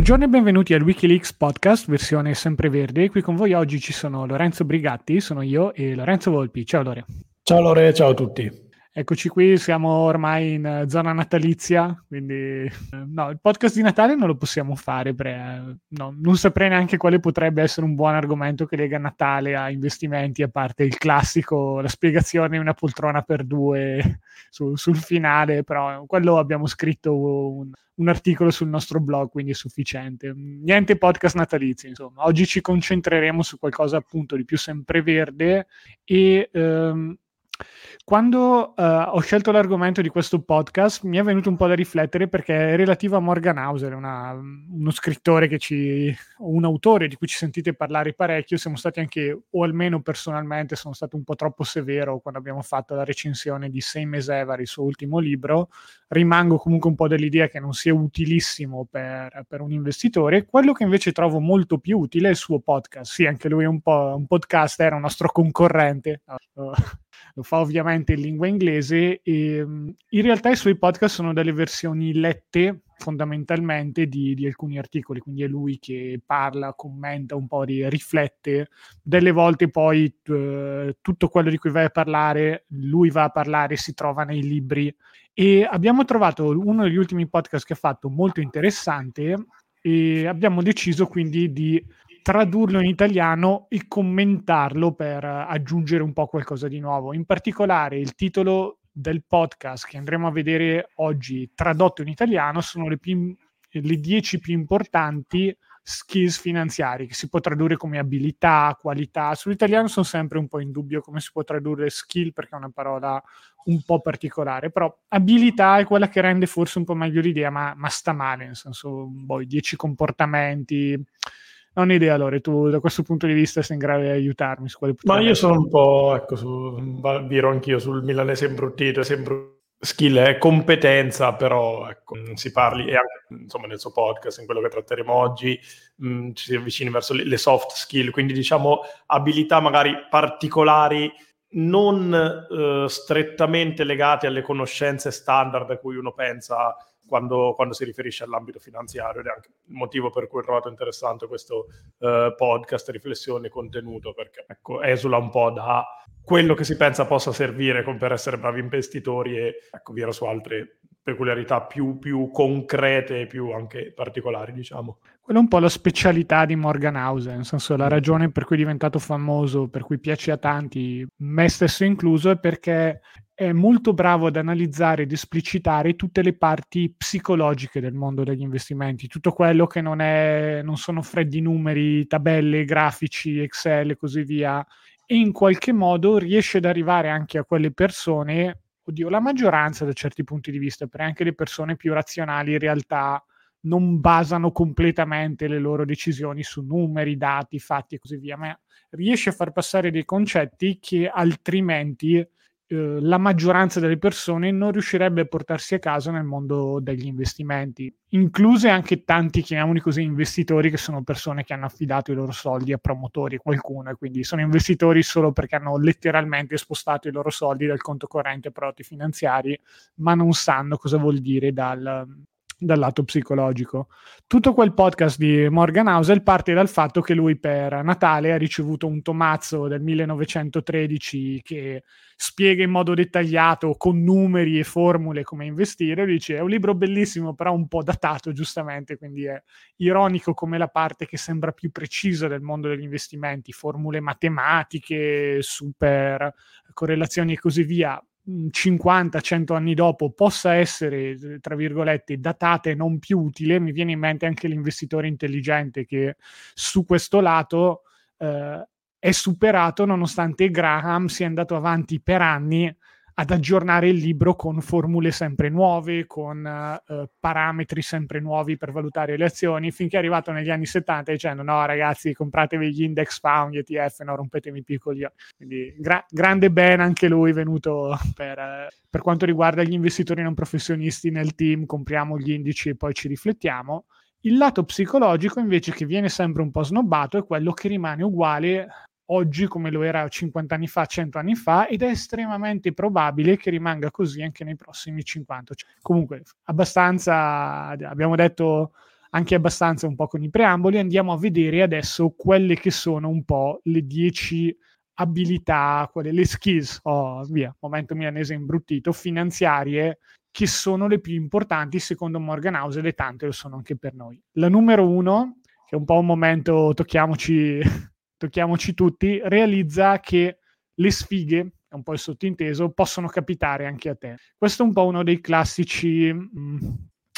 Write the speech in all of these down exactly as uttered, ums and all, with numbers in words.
Buongiorno e benvenuti al Wikileaks Podcast, versione sempreverde. Qui con voi oggi ci sono Lorenzo Brigatti, sono io, e Lorenzo Volpi. Ciao Lore. Ciao Lore, ciao a tutti. Eccoci qui, siamo ormai in zona natalizia, quindi eh, no, il podcast di Natale non lo possiamo fare, perché, eh, no, non saprei neanche quale potrebbe essere un buon argomento che lega Natale a investimenti, a parte il classico, la spiegazione una poltrona per due su, sul finale, però quello abbiamo scritto un, un articolo sul nostro blog, quindi è sufficiente. Niente podcast natalizi, insomma. Oggi ci concentreremo su qualcosa appunto di più sempreverde e... Ehm, Quando uh, ho scelto l'argomento di questo podcast mi è venuto un po' da riflettere, perché è relativo a Morgan Housel, una, uno scrittore che ci, un autore di cui ci sentite parlare parecchio. Siamo stati anche, o almeno personalmente sono stato un po' troppo severo quando abbiamo fatto la recensione di Same as Ever, il suo ultimo libro. Rimango comunque un po' dell'idea che non sia utilissimo per, per un investitore. Quello che invece trovo molto più utile è il suo podcast. Sì, anche lui è un po' un podcaster, è un nostro concorrente. Uh, lo fa ovviamente in lingua inglese e in realtà i suoi podcast sono delle versioni lette fondamentalmente di, di alcuni articoli, quindi è lui che parla, commenta un po', di, riflette. Delle volte poi eh, tutto quello di cui vai a parlare, lui va a parlare, si trova nei libri, e abbiamo trovato uno degli ultimi podcast che ha fatto molto interessante e abbiamo deciso quindi di tradurlo in italiano e commentarlo per aggiungere un po' qualcosa di nuovo. In particolare il titolo del podcast che andremo a vedere oggi tradotto in italiano sono le, più, le dieci più importanti skills finanziari, che si può tradurre come abilità, qualità. Sull'italiano sono sempre un po' in dubbio come si può tradurre skill, perché è una parola un po' particolare, però abilità è quella che rende forse un po' meglio l'idea, ma, ma sta male, nel senso, boh, i dieci comportamenti. Non ho idea, Lore, tu da questo punto di vista sei in grado di aiutarmi su quale Ma io essere. sono un po', ecco, su, viro anch'io sul milanese imbruttito, è sempre skill è competenza, però ecco, si parli, e anche insomma nel suo podcast, in quello che tratteremo oggi, mh, ci si avvicini verso le, le soft skill, quindi diciamo abilità magari particolari, non eh, strettamente legate alle conoscenze standard a cui uno pensa Quando, quando si riferisce all'ambito finanziario, ed è anche il motivo per cui ho trovato interessante questo uh, podcast, riflessione, contenuto, perché ecco, esula un po' da quello che si pensa possa servire per essere bravi investitori e ecco, via su altre peculiarità più, più concrete, più anche particolari, diciamo. Quella è un po' la specialità di Morgan Housel, nel senso, la ragione per cui è diventato famoso, per cui piace a tanti, me stesso incluso, è perché è molto bravo ad analizzare ed esplicitare tutte le parti psicologiche del mondo degli investimenti, tutto quello che non è, non sono freddi numeri, tabelle, grafici, Excel e così via, e in qualche modo riesce ad arrivare anche a quelle persone, oddio, la maggioranza da certi punti di vista, per anche le persone più razionali in realtà non basano completamente le loro decisioni su numeri, dati, fatti e così via, ma riesce a far passare dei concetti che altrimenti eh, la maggioranza delle persone non riuscirebbe a portarsi a casa nel mondo degli investimenti, incluse anche tanti, chiamiamoli così, investitori, che sono persone che hanno affidato i loro soldi a promotori, qualcuno, e quindi sono investitori solo perché hanno letteralmente spostato i loro soldi dal conto corrente a prodotti finanziari, ma non sanno cosa vuol dire dal dal lato psicologico. Tutto quel podcast di Morgan Housel parte dal fatto che lui per Natale ha ricevuto un tomazzo del millenovecentotredici che spiega in modo dettagliato, con numeri e formule, come investire. Lui dice: è un libro bellissimo, però un po' datato, giustamente, quindi è ironico come la parte che sembra più precisa del mondo degli investimenti, formule matematiche, super correlazioni e così via, cinquanta cento anni dopo possa essere, tra virgolette, datata e non più utile. Mi viene in mente anche l'investitore intelligente, che su questo lato eh, è superato, nonostante Graham sia andato avanti per anni ad aggiornare il libro con formule sempre nuove, con uh, parametri sempre nuovi per valutare le azioni, finché è arrivato negli anni settanta dicendo: no ragazzi, compratevi gli index fund, gli E T F, non rompetemi i piccoli. Quindi gra- grande Ben anche lui, venuto per, uh, per quanto riguarda gli investitori non professionisti nel team, compriamo gli indici e poi ci riflettiamo. Il lato psicologico invece, che viene sempre un po' snobbato, è quello che rimane uguale oggi come lo era cinquanta anni fa, cento anni fa, ed è estremamente probabile che rimanga così anche nei prossimi cinquanta. Comunque, abbastanza, abbiamo detto anche abbastanza un po' con i preamboli, andiamo a vedere adesso quelle che sono un po' le dieci abilità, quelle, le skills, oh, via, momento milanese imbruttito, finanziarie, che sono le più importanti secondo Morgan Housel, e tante lo sono anche per noi. La numero uno, che è un po' un momento, tocchiamoci, tocchiamoci tutti, realizza che le sfighe, è un po' il sottinteso, possono capitare anche a te. Questo è un po' uno dei classici mh,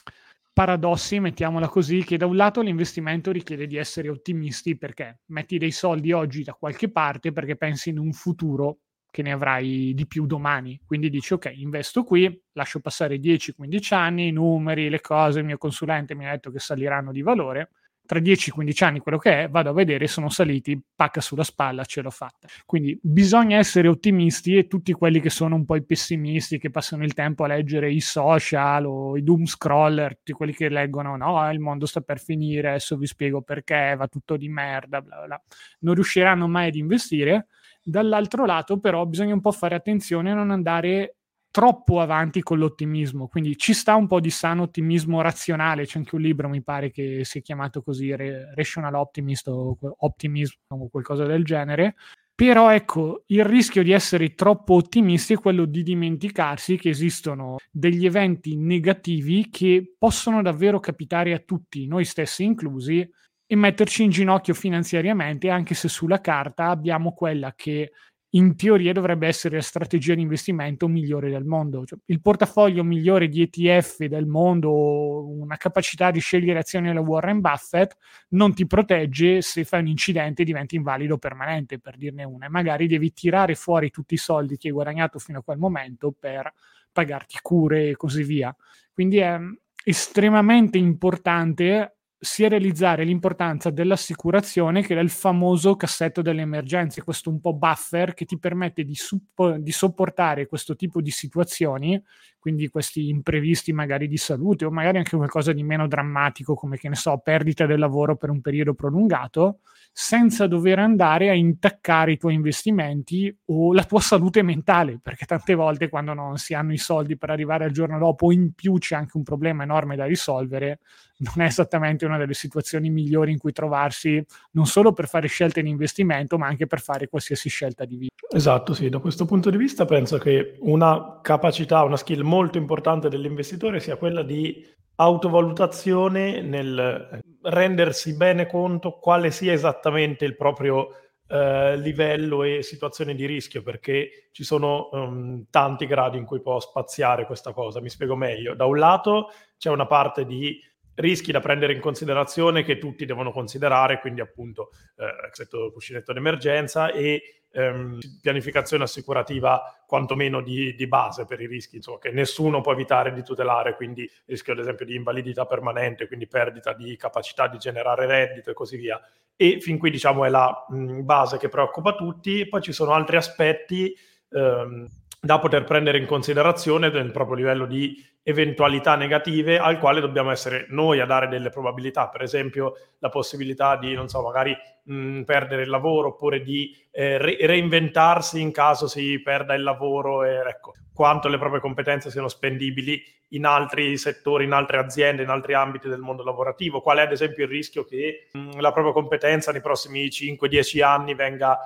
paradossi, mettiamola così, che da un lato l'investimento richiede di essere ottimisti, perché metti dei soldi oggi da qualche parte perché pensi in un futuro che ne avrai di più domani, quindi dici ok, investo qui, lascio passare dieci quindici anni, i numeri, le cose, il mio consulente mi ha detto che saliranno di valore, tra dieci quindici anni quello che è, vado a vedere, sono saliti, pacca sulla spalla, ce l'ho fatta. Quindi bisogna essere ottimisti, e tutti quelli che sono un po' i pessimisti, che passano il tempo a leggere i social o i doom scroller, tutti quelli che leggono no, il mondo sta per finire, adesso vi spiego perché, va tutto di merda, bla bla bla, non riusciranno mai ad investire. Dall'altro lato però bisogna un po' fare attenzione a non andare troppo avanti con l'ottimismo, quindi ci sta un po' di sano ottimismo razionale, c'è anche un libro mi pare che sia chiamato così, Rational Optimist o Optimism o qualcosa del genere, però ecco, il rischio di essere troppo ottimisti è quello di dimenticarsi che esistono degli eventi negativi che possono davvero capitare a tutti, noi stessi inclusi, e metterci in ginocchio finanziariamente, anche se sulla carta abbiamo quella che in teoria dovrebbe essere la strategia di investimento migliore del mondo. Cioè, il portafoglio migliore di E T F del mondo, una capacità di scegliere azioni alla Warren Buffett, non ti protegge se fai un incidente e diventi invalido permanente, per dirne una. E magari devi tirare fuori tutti i soldi che hai guadagnato fino a quel momento per pagarti cure e così via. Quindi è estremamente importante sia realizzare l'importanza dell'assicurazione che del famoso cassetto delle emergenze, questo un po' buffer che ti permette di, suppo- di sopportare questo tipo di situazioni, quindi questi imprevisti magari di salute o magari anche qualcosa di meno drammatico come, che ne so, perdita del lavoro per un periodo prolungato, senza dover andare a intaccare i tuoi investimenti o la tua salute mentale, perché tante volte quando non si hanno i soldi per arrivare al giorno dopo, in più c'è anche un problema enorme da risolvere, non è esattamente una delle situazioni migliori in cui trovarsi, non solo per fare scelte di investimento, ma anche per fare qualsiasi scelta di vita. Esatto, sì, da questo punto di vista penso che una capacità, una skill molto importante dell'investitore sia quella di autovalutazione nel rendersi bene conto quale sia esattamente il proprio eh, livello e situazione di rischio, perché ci sono um, tanti gradi in cui può spaziare questa cosa. Mi spiego meglio. Da un lato c'è una parte di rischi da prendere in considerazione che tutti devono considerare, quindi appunto eh, cuscinetto d'emergenza e ehm, pianificazione assicurativa quantomeno di, di base per i rischi, insomma, che nessuno può evitare di tutelare, quindi rischio ad esempio di invalidità permanente, quindi perdita di capacità di generare reddito e così via. E fin qui diciamo è la mh, base che preoccupa tutti. Poi ci sono altri aspetti ehm, da poter prendere in considerazione del proprio livello di eventualità negative al quale dobbiamo essere noi a dare delle probabilità, per esempio la possibilità di, non so, magari mh, perdere il lavoro oppure di eh, re- reinventarsi in caso si perda il lavoro e ecco, quanto le proprie competenze siano spendibili in altri settori, in altre aziende, in altri ambiti del mondo lavorativo, qual è ad esempio il rischio che mh, la propria competenza nei prossimi cinque dieci anni venga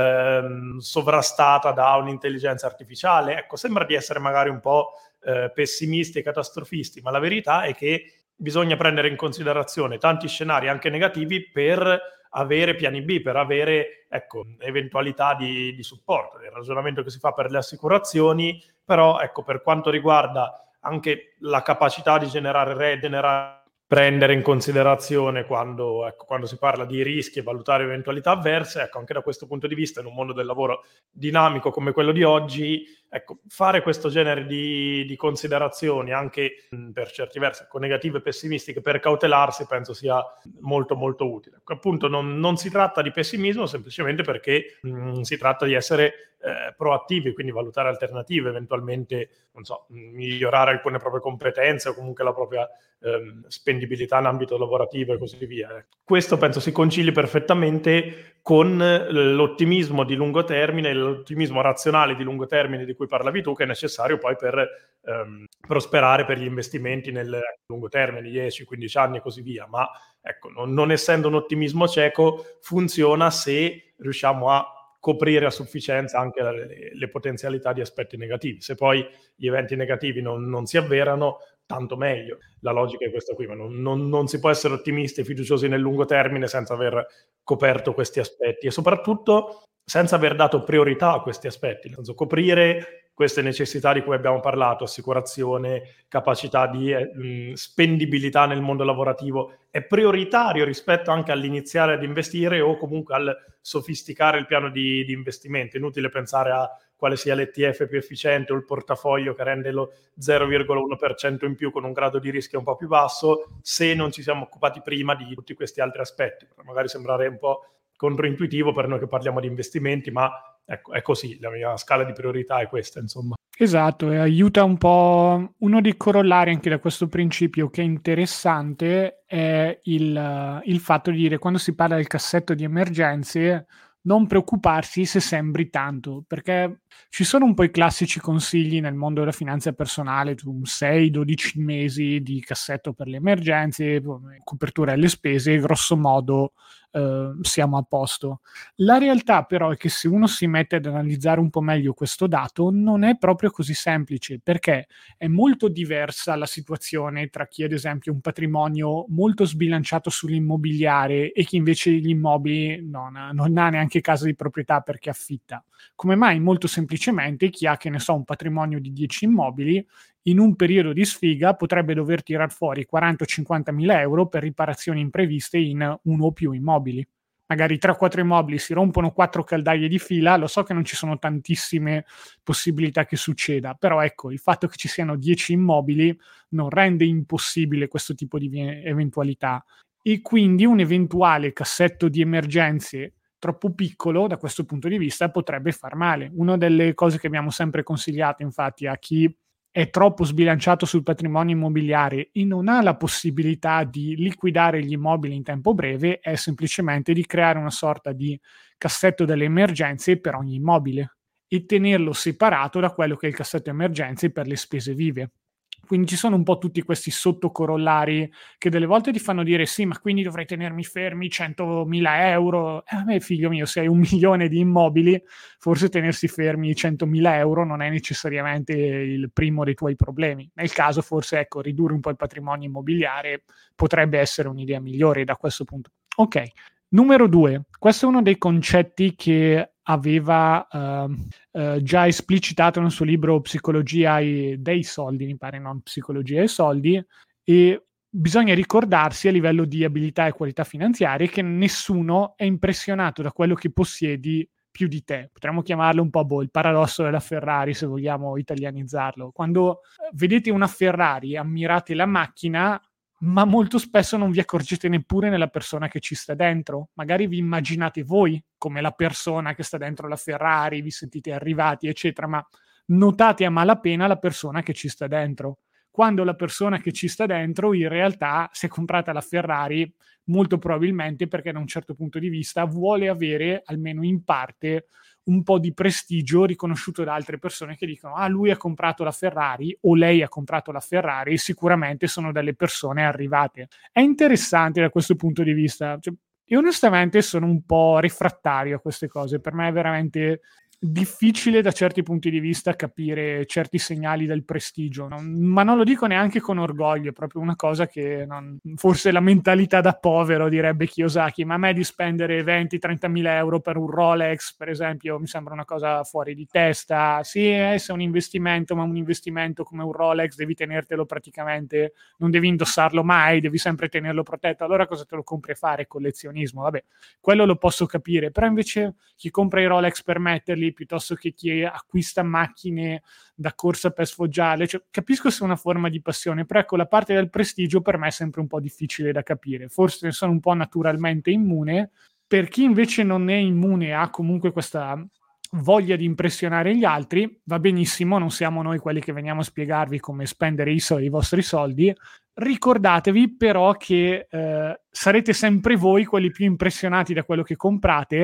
ehm, sovrastata da un'intelligenza artificiale. Ecco, sembra di essere magari un po' Eh, pessimisti e catastrofisti, ma la verità è che bisogna prendere in considerazione tanti scenari anche negativi per avere piani B, per avere ecco, eventualità di, di supporto. Il ragionamento che si fa per le assicurazioni, però ecco, per quanto riguarda anche la capacità di generare reddito, generare prendere in considerazione quando, ecco, quando si parla di rischi e valutare eventualità avverse, ecco, anche da questo punto di vista in un mondo del lavoro dinamico come quello di oggi, ecco, fare questo genere di, di considerazioni anche mh, per certi versi ecco, negative e pessimistiche per cautelarsi penso sia molto molto utile. Ecco, appunto non, non si tratta di pessimismo semplicemente perché mh, si tratta di essere eh, proattivi, quindi valutare alternative, eventualmente non so, migliorare alcune proprie competenze o comunque la propria ehm, spendibilità in ambito lavorativo e così via. Questo penso si concili perfettamente con l'ottimismo di lungo termine, l'ottimismo razionale di lungo termine di cui cui parlavi tu, che è necessario poi per ehm, prosperare per gli investimenti nel lungo termine, dieci quindici anni e così via. Ma ecco, non, non essendo un ottimismo cieco, funziona se riusciamo a coprire a sufficienza anche le, le potenzialità di aspetti negativi. Se poi gli eventi negativi non, non si avverano, tanto meglio. La logica è questa qui, ma non, non, non si può essere ottimisti e fiduciosi nel lungo termine senza aver coperto questi aspetti e soprattutto senza aver dato priorità a questi aspetti, nel senso coprire queste necessità di cui abbiamo parlato, assicurazione, capacità di eh, mh, spendibilità nel mondo lavorativo, è prioritario rispetto anche all'iniziare ad investire o comunque al sofisticare il piano di, di investimento. Inutile pensare a quale sia l'E T F più efficiente o il portafoglio che rende lo zero virgola uno per cento in più con un grado di rischio un po' più basso se non ci siamo occupati prima di tutti questi altri aspetti. Magari sembrare un po' controintuitivo per noi che parliamo di investimenti, ma ecco, è così, la mia scala di priorità è questa, insomma. Esatto, e aiuta un po'. Uno dei corollari anche da questo principio che è interessante è il, il fatto di dire, quando si parla del cassetto di emergenze, non preoccuparsi se sembri tanto, perché ci sono un po' i classici consigli nel mondo della finanza personale, sei dodici mesi di cassetto per le emergenze, copertura delle spese, grosso modo eh, siamo a posto. La realtà però è che se uno si mette ad analizzare un po' meglio questo dato, non è proprio così semplice, perché è molto diversa la situazione tra chi ad esempio ha un patrimonio molto sbilanciato sull'immobiliare e chi invece gli immobili non ha, non ha neanche casa di proprietà perché affitta. Come mai? Molto semplicemente chi ha, che ne so, un patrimonio di dieci immobili, in un periodo di sfiga potrebbe dover tirar fuori quaranta o cinquanta mila euro per riparazioni impreviste in uno o più immobili. Magari tre o quattro immobili, si rompono quattro caldaie di fila, lo so che non ci sono tantissime possibilità che succeda, però ecco, il fatto che ci siano dieci immobili non rende impossibile questo tipo di eventualità. E quindi un eventuale cassetto di emergenze troppo piccolo da questo punto di vista potrebbe far male. Una delle cose che abbiamo sempre consigliato infatti a chi è troppo sbilanciato sul patrimonio immobiliare e non ha la possibilità di liquidare gli immobili in tempo breve è semplicemente di creare una sorta di cassetto delle emergenze per ogni immobile e tenerlo separato da quello che è il cassetto emergenze per le spese vive. Quindi ci sono un po' tutti questi sottocorollari che delle volte ti fanno dire sì, ma quindi dovrei tenermi fermi centomila euro. Eh, a me, figlio mio, se hai un milione di immobili, forse tenersi fermi centomila euro non è necessariamente il primo dei tuoi problemi. Nel caso, forse, ecco, ridurre un po' il patrimonio immobiliare potrebbe essere un'idea migliore da questo punto. Ok. Numero due, questo è uno dei concetti che aveva uh, uh, già esplicitato nel suo libro Psicologia e dei soldi, mi pare, non Psicologia e soldi, e bisogna ricordarsi a livello di abilità e qualità finanziarie che nessuno è impressionato da quello che possiedi più di te. Potremmo chiamarlo un po' boh, il paradosso della Ferrari, se vogliamo italianizzarlo. Quando vedete una Ferrari, ammirate la macchina, ma molto spesso non vi accorgete neppure nella persona che ci sta dentro. Magari vi immaginate voi come la persona che sta dentro la Ferrari, vi sentite arrivati, eccetera, ma notate a malapena la persona che ci sta dentro. Quando la persona che ci sta dentro in realtà si è comprata la Ferrari molto probabilmente perché da un certo punto di vista vuole avere, almeno in parte, un po' di prestigio riconosciuto da altre persone che dicono ah, lui ha comprato la Ferrari o lei ha comprato la Ferrari, sicuramente sono delle persone arrivate. È interessante da questo punto di vista. Cioè, io onestamente sono un po' refrattario a queste cose. Per me è veramente difficile da certi punti di vista capire certi segnali del prestigio, non, ma non lo dico neanche con orgoglio, è proprio una cosa che non, forse la mentalità da povero, direbbe Kiyosaki, ma a me di spendere venti trenta mila euro per un Rolex, per esempio, mi sembra una cosa fuori di testa. Sì, eh, se è un investimento, ma un investimento come un Rolex devi tenertelo praticamente, non devi indossarlo mai, devi sempre tenerlo protetto, allora cosa te lo compri a fare? Collezionismo, vabbè, quello lo posso capire, però invece chi compra i Rolex per metterli piuttosto che chi acquista macchine da corsa per sfoggiarle, cioè, capisco se è una forma di passione, però ecco, la parte del prestigio per me è sempre un po' difficile da capire, forse sono un po' naturalmente immune. Per chi invece non è immune, ha comunque questa voglia di impressionare gli altri, va benissimo, non siamo noi quelli che veniamo a spiegarvi come spendere i, so- i vostri soldi. Ricordatevi però che eh, sarete sempre voi quelli più impressionati da quello che comprate,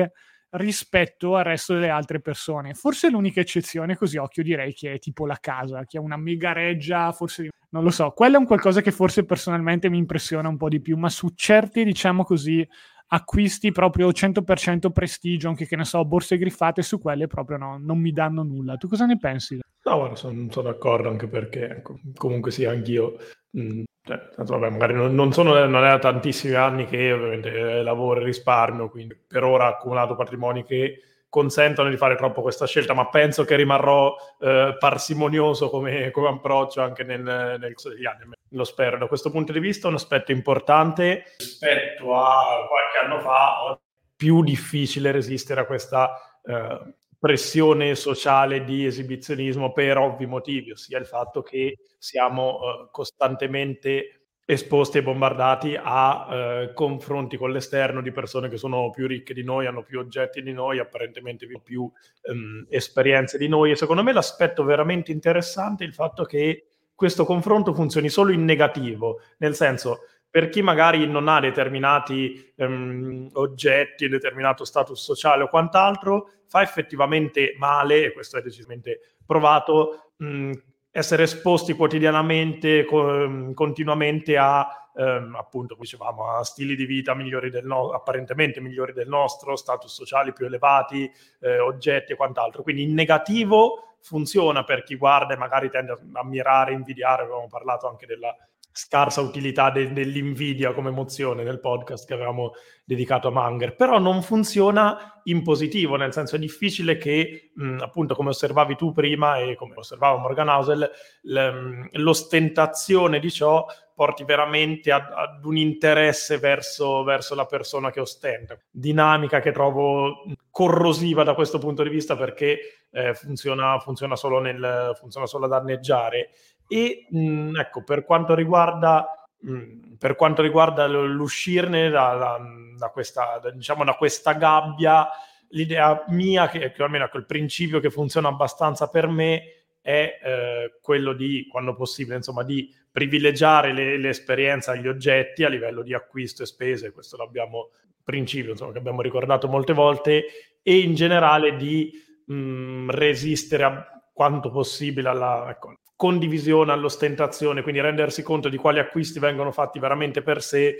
rispetto al resto delle altre persone. Forse l'unica eccezione, così a occhio, direi che è tipo la casa, che ha una mega reggia, forse non lo so, quello è un qualcosa che forse personalmente mi impressiona un po' di più, ma su certi, diciamo così, acquisti proprio cento per cento prestigio, anche che ne so, borse griffate, su quelle proprio no, non mi danno nulla. Tu cosa ne pensi? No, guarda, sono, sono d'accordo, anche perché ecco, comunque sì, anch'io mh, cioè, vabbè, magari non, non sono non è da tantissimi anni che ovviamente eh, lavoro e risparmio, quindi per ora ho accumulato patrimoni che consentono di fare troppo questa scelta, ma penso che rimarrò eh, parsimonioso come, come approccio anche nel, nel corso degli anni. Lo spero. Da questo punto di vista un aspetto importante rispetto a qualche anno fa, è più difficile resistere a questa eh, pressione sociale di esibizionismo per ovvi motivi, ossia il fatto che siamo eh, costantemente esposti e bombardati a eh, confronti con l'esterno di persone che sono più ricche di noi, hanno più oggetti di noi, apparentemente più ehm, esperienze di noi, e secondo me l'aspetto veramente interessante è il fatto che questo confronto funzioni solo in negativo, nel senso, per chi magari non ha determinati ehm, oggetti, determinato status sociale o quant'altro, fa effettivamente male, e questo è decisamente provato, mh, essere esposti quotidianamente, co- continuamente a, ehm, appunto, come dicevamo, a stili di vita migliori del no- apparentemente migliori del nostro, status sociali più elevati, eh, oggetti e quant'altro. Quindi in negativo funziona per chi guarda e magari tende a ammirare, invidiare, avevamo parlato anche della scarsa utilità de- dell'invidia come emozione nel podcast che avevamo dedicato a Munger, però non funziona in positivo, nel senso è difficile che mh, appunto come osservavi tu prima e come osservava Morgan Housel, l- l'ostentazione di ciò porti veramente ad, ad un interesse verso, verso la persona che ostenta, dinamica che trovo corrosiva da questo punto di vista, perché eh, funziona, funziona solo nel funziona solo a danneggiare. E mh, ecco, per quanto riguarda mh, per quanto riguarda l'uscirne da, da, da questa da, diciamo da questa gabbia, l'idea mia che, che almeno ecco, il principio che funziona abbastanza per me è eh, quello di, quando possibile, insomma, di privilegiare le, le esperienze agli oggetti a livello di acquisto e spese. Questo l'abbiamo principio, insomma, che abbiamo ricordato molte volte, e in generale di mh, resistere a quanto possibile alla ecco, condivisione, all'ostentazione, quindi rendersi conto di quali acquisti vengono fatti veramente per sé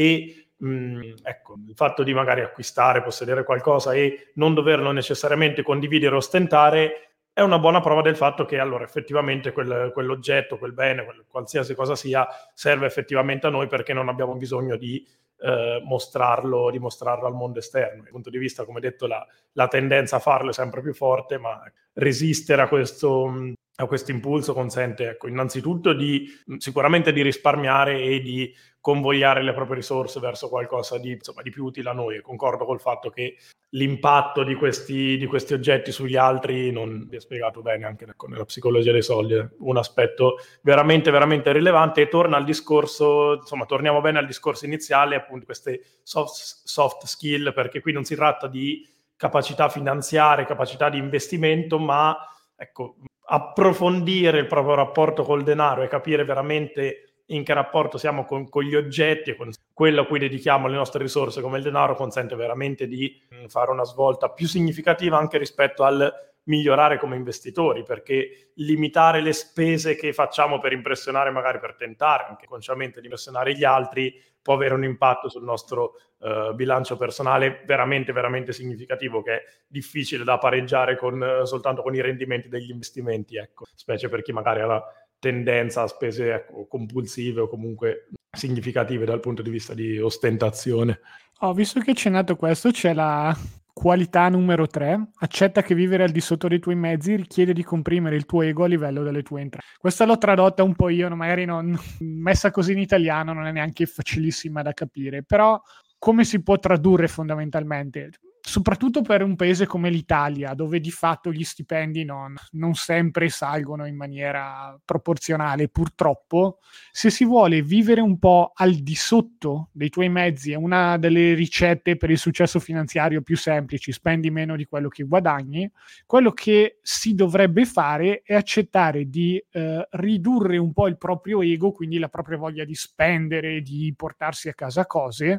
e mh, ecco, il fatto di magari acquistare, possedere qualcosa e non doverlo necessariamente condividere o ostentare è una buona prova del fatto che allora effettivamente quel, quell'oggetto, quel bene, quel, qualsiasi cosa sia, serve effettivamente a noi, perché non abbiamo bisogno di eh, mostrarlo, di mostrarlo al mondo esterno. Dal punto di vista, come detto, la, la tendenza a farlo è sempre più forte, ma resistere a questo, a questo impulso consente, ecco, innanzitutto di sicuramente di risparmiare e di convogliare le proprie risorse verso qualcosa di, insomma, di più utile a noi. Concordo col fatto che l'impatto di questi, di questi oggetti sugli altri non vi è spiegato bene anche nella psicologia dei soldi, è un aspetto veramente veramente rilevante, e torna al discorso, insomma torniamo bene al discorso iniziale, appunto queste soft, soft skill, perché qui non si tratta di capacità finanziarie, capacità di investimento, ma ecco, approfondire il proprio rapporto col denaro e capire veramente in che rapporto siamo con, con gli oggetti e con quello a cui dedichiamo le nostre risorse come il denaro, consente veramente di fare una svolta più significativa anche rispetto al migliorare come investitori, perché limitare le spese che facciamo per impressionare, magari per tentare anche consciamente di impressionare gli altri, può avere un impatto sul nostro uh, bilancio personale veramente veramente significativo, che è difficile da pareggiare con, uh, soltanto con i rendimenti degli investimenti, ecco, specie per chi magari ha la tendenza a spese ecco, compulsive o comunque significative dal punto di vista di ostentazione. Oh, visto che c'è nato questo, c'è la qualità numero tre: accetta che vivere al di sotto dei tuoi mezzi richiede di comprimere il tuo ego a livello delle tue entrate. Questa l'ho tradotta un po' io, magari non messa così in italiano non è neanche facilissima da capire, però come si può tradurre fondamentalmente? Soprattutto per un paese come l'Italia, dove di fatto gli stipendi non, non sempre salgono in maniera proporzionale, purtroppo, se si vuole vivere un po' al di sotto dei tuoi mezzi, è una delle ricette per il successo finanziario più semplici: spendi meno di quello che guadagni. Quello che si dovrebbe fare è accettare di eh, ridurre un po' il proprio ego, quindi la propria voglia di spendere, di portarsi a casa cose,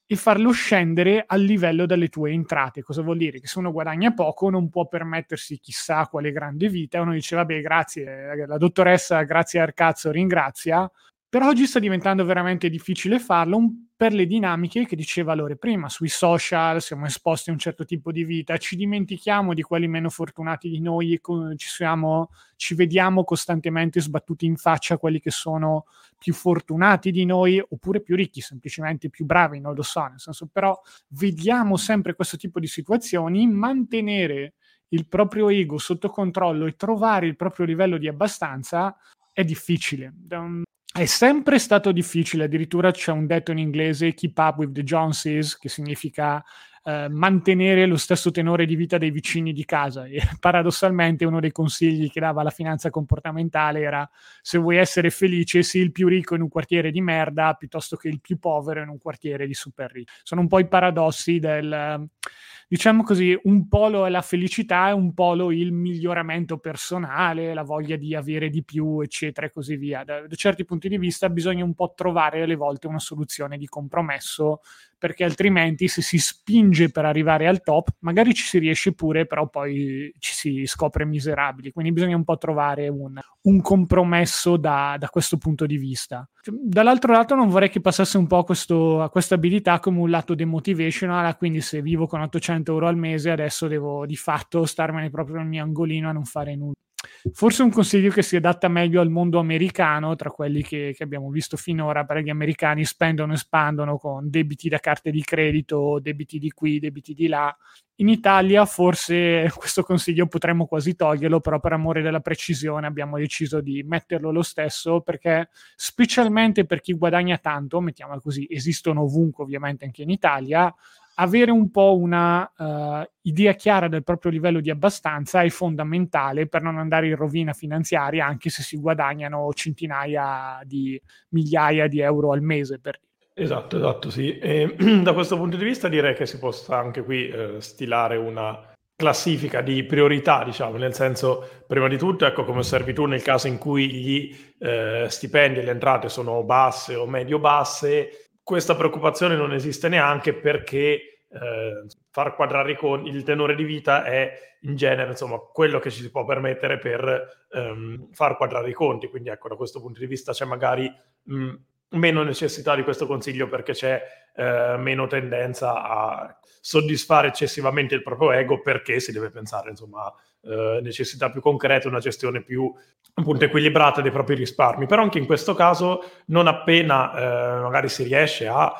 e farlo scendere al livello delle tue entrate. Cosa vuol dire? Che se uno guadagna poco non può permettersi chissà quale grande vita. Uno dice vabbè, grazie, la dottoressa grazie al cazzo ringrazia, però oggi sta diventando veramente difficile farlo un, per le dinamiche che diceva Lore prima. Sui social siamo esposti a un certo tipo di vita, ci dimentichiamo di quelli meno fortunati di noi e co- ci, siamo, ci vediamo costantemente sbattuti in faccia quelli che sono più fortunati di noi oppure più ricchi, semplicemente più bravi, non lo so, nel senso, però vediamo sempre questo tipo di situazioni. Mantenere il proprio ego sotto controllo e trovare il proprio livello di abbastanza è difficile. Um, è sempre stato difficile, addirittura c'è un detto in inglese, keep up with the Joneses, che significa eh, mantenere lo stesso tenore di vita dei vicini di casa. E paradossalmente uno dei consigli che dava la finanza comportamentale era: se vuoi essere felice, sii il più ricco in un quartiere di merda piuttosto che il più povero in un quartiere di super ricco. Sono un po' i paradossi del... diciamo così, un polo è la felicità e un polo il miglioramento personale, la voglia di avere di più, eccetera e così via. Da, da certi punti di vista bisogna un po' trovare alle volte una soluzione di compromesso, perché altrimenti se si spinge per arrivare al top, magari ci si riesce pure, però poi ci si scopre miserabili. Quindi bisogna un po' trovare un, un compromesso da, da questo punto di vista. Dall'altro lato non vorrei che passasse un po' questo, a questa abilità come un lato demotivational, quindi se vivo con ottocento euro al mese adesso devo di fatto starmene proprio nel mio angolino a non fare nulla. Forse un consiglio che si adatta meglio al mondo americano, tra quelli che, che abbiamo visto finora, perché gli americani spendono e spandono con debiti da carte di credito, debiti di qui, debiti di là. In Italia forse questo consiglio potremmo quasi toglierlo, però per amore della precisione abbiamo deciso di metterlo lo stesso, perché specialmente per chi guadagna tanto, mettiamola così, esistono ovunque ovviamente anche in Italia, avere un po' una uh, idea chiara del proprio livello di abbastanza è fondamentale per non andare in rovina finanziaria, anche se si guadagnano centinaia di migliaia di euro al mese, per dire. Esatto, esatto, sì. E da questo punto di vista direi che si possa anche qui eh, stilare una classifica di priorità, diciamo, nel senso, prima di tutto, ecco, come osservi tu, nel caso in cui gli eh, stipendi e le entrate sono basse o medio-basse, questa preoccupazione non esiste neanche, perché eh, far quadrare i conti, il tenore di vita è in genere, insomma, quello che ci si può permettere per ehm, far quadrare i conti. Quindi ecco, da questo punto di vista c'è magari mh, meno necessità di questo consiglio, perché c'è eh, meno tendenza a soddisfare eccessivamente il proprio ego, perché si deve pensare, insomma, a eh, necessità più concrete, una gestione più appunto equilibrata dei propri risparmi. Però anche in questo caso, non appena eh, magari si riesce a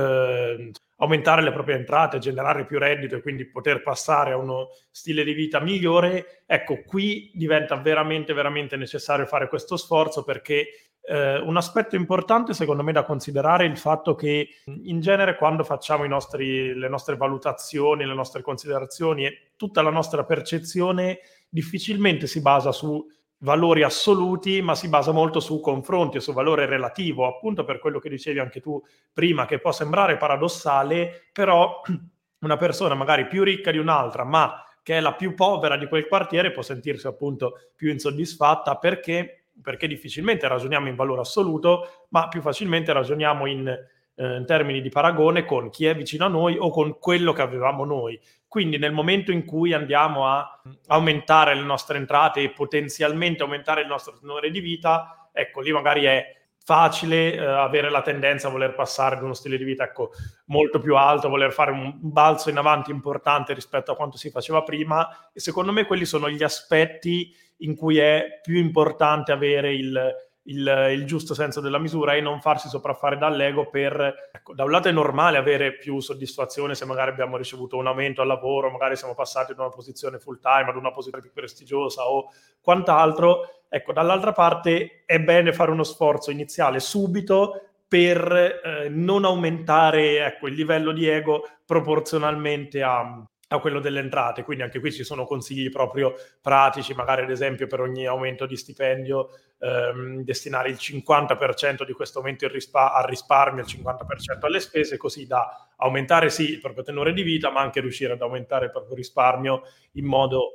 eh, aumentare le proprie entrate, generare più reddito e quindi poter passare a uno stile di vita migliore, ecco, qui diventa veramente veramente necessario fare questo sforzo, perché eh, un aspetto importante secondo me da considerare è il fatto che in genere quando facciamo i nostri, le nostre valutazioni, le nostre considerazioni e tutta la nostra percezione difficilmente si basa su valori assoluti, ma si basa molto su confronti e su valore relativo, appunto per quello che dicevi anche tu prima, che può sembrare paradossale, però una persona magari più ricca di un'altra, ma che è la più povera di quel quartiere, può sentirsi appunto più insoddisfatta, perché, perché difficilmente ragioniamo in valore assoluto, ma più facilmente ragioniamo in, eh, in termini di paragone con chi è vicino a noi o con quello che avevamo noi. Quindi nel momento in cui andiamo a aumentare le nostre entrate e potenzialmente aumentare il nostro tenore di vita, ecco, lì magari è facile eh, avere la tendenza a voler passare ad uno stile di vita, ecco, molto più alto, voler fare un balzo in avanti importante rispetto a quanto si faceva prima, e secondo me quelli sono gli aspetti in cui è più importante avere il, il, il giusto senso della misura e non farsi sopraffare dall'ego. Per, ecco, da un lato è normale avere più soddisfazione se magari abbiamo ricevuto un aumento al lavoro, magari siamo passati da una posizione full time ad una posizione più prestigiosa o quant'altro. Ecco, dall'altra parte è bene fare uno sforzo iniziale subito per eh, non aumentare, ecco, il livello di ego proporzionalmente a, a quello delle entrate. Quindi anche qui ci sono consigli proprio pratici, magari ad esempio per ogni aumento di stipendio ehm, destinare il cinquanta per cento di questo aumento rispa- al risparmio, il cinquanta per cento alle spese, così da aumentare sì il proprio tenore di vita, ma anche riuscire ad aumentare il proprio risparmio in modo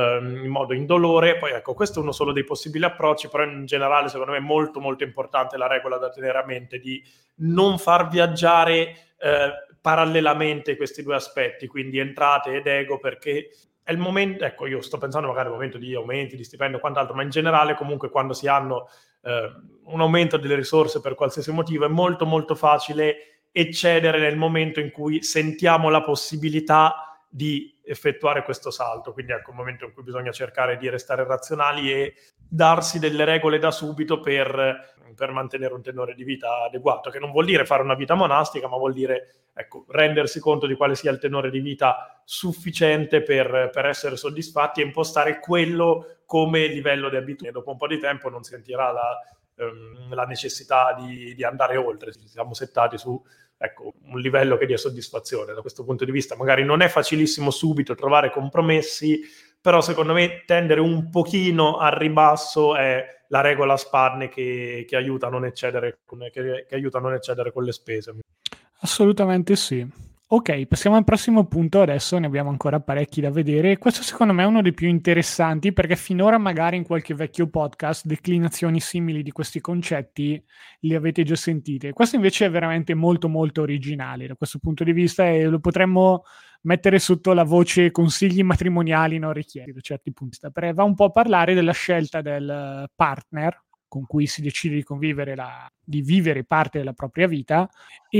in modo indolore. Poi ecco, questo è uno solo dei possibili approcci, però in generale secondo me è molto molto importante la regola da tenere a mente di non far viaggiare eh, parallelamente questi due aspetti, quindi entrate ed ego, perché è il momento, ecco, io sto pensando magari al momento di aumenti, di stipendio o quant'altro, ma in generale comunque quando si hanno eh, un aumento delle risorse per qualsiasi motivo è molto molto facile eccedere nel momento in cui sentiamo la possibilità di effettuare questo salto, quindi ecco un momento in cui bisogna cercare di restare razionali e darsi delle regole da subito per, per mantenere un tenore di vita adeguato, che non vuol dire fare una vita monastica, ma vuol dire ecco, rendersi conto di quale sia il tenore di vita sufficiente per, per essere soddisfatti e impostare quello come livello di abitudine. Dopo un po' di tempo non sentirà la, ehm, la necessità di, di andare oltre, siamo settati su ecco, un livello che dia soddisfazione. Da questo punto di vista magari non è facilissimo subito trovare compromessi, però secondo me tendere un pochino al ribasso è la regola a spanne che, che, aiuta a non eccedere, che, che aiuta a non eccedere con le spese. Assolutamente sì. Ok, passiamo al prossimo punto, adesso ne abbiamo ancora parecchi da vedere. Questo secondo me è uno dei più interessanti perché finora magari in qualche vecchio podcast declinazioni simili di questi concetti li avete già sentite. Questo invece è veramente molto molto originale da questo punto di vista e lo potremmo mettere sotto la voce consigli matrimoniali non richiesti da certi punti di vista, perché va un po' a parlare della scelta del partner con cui si decide di convivere, la, di vivere parte della propria vita,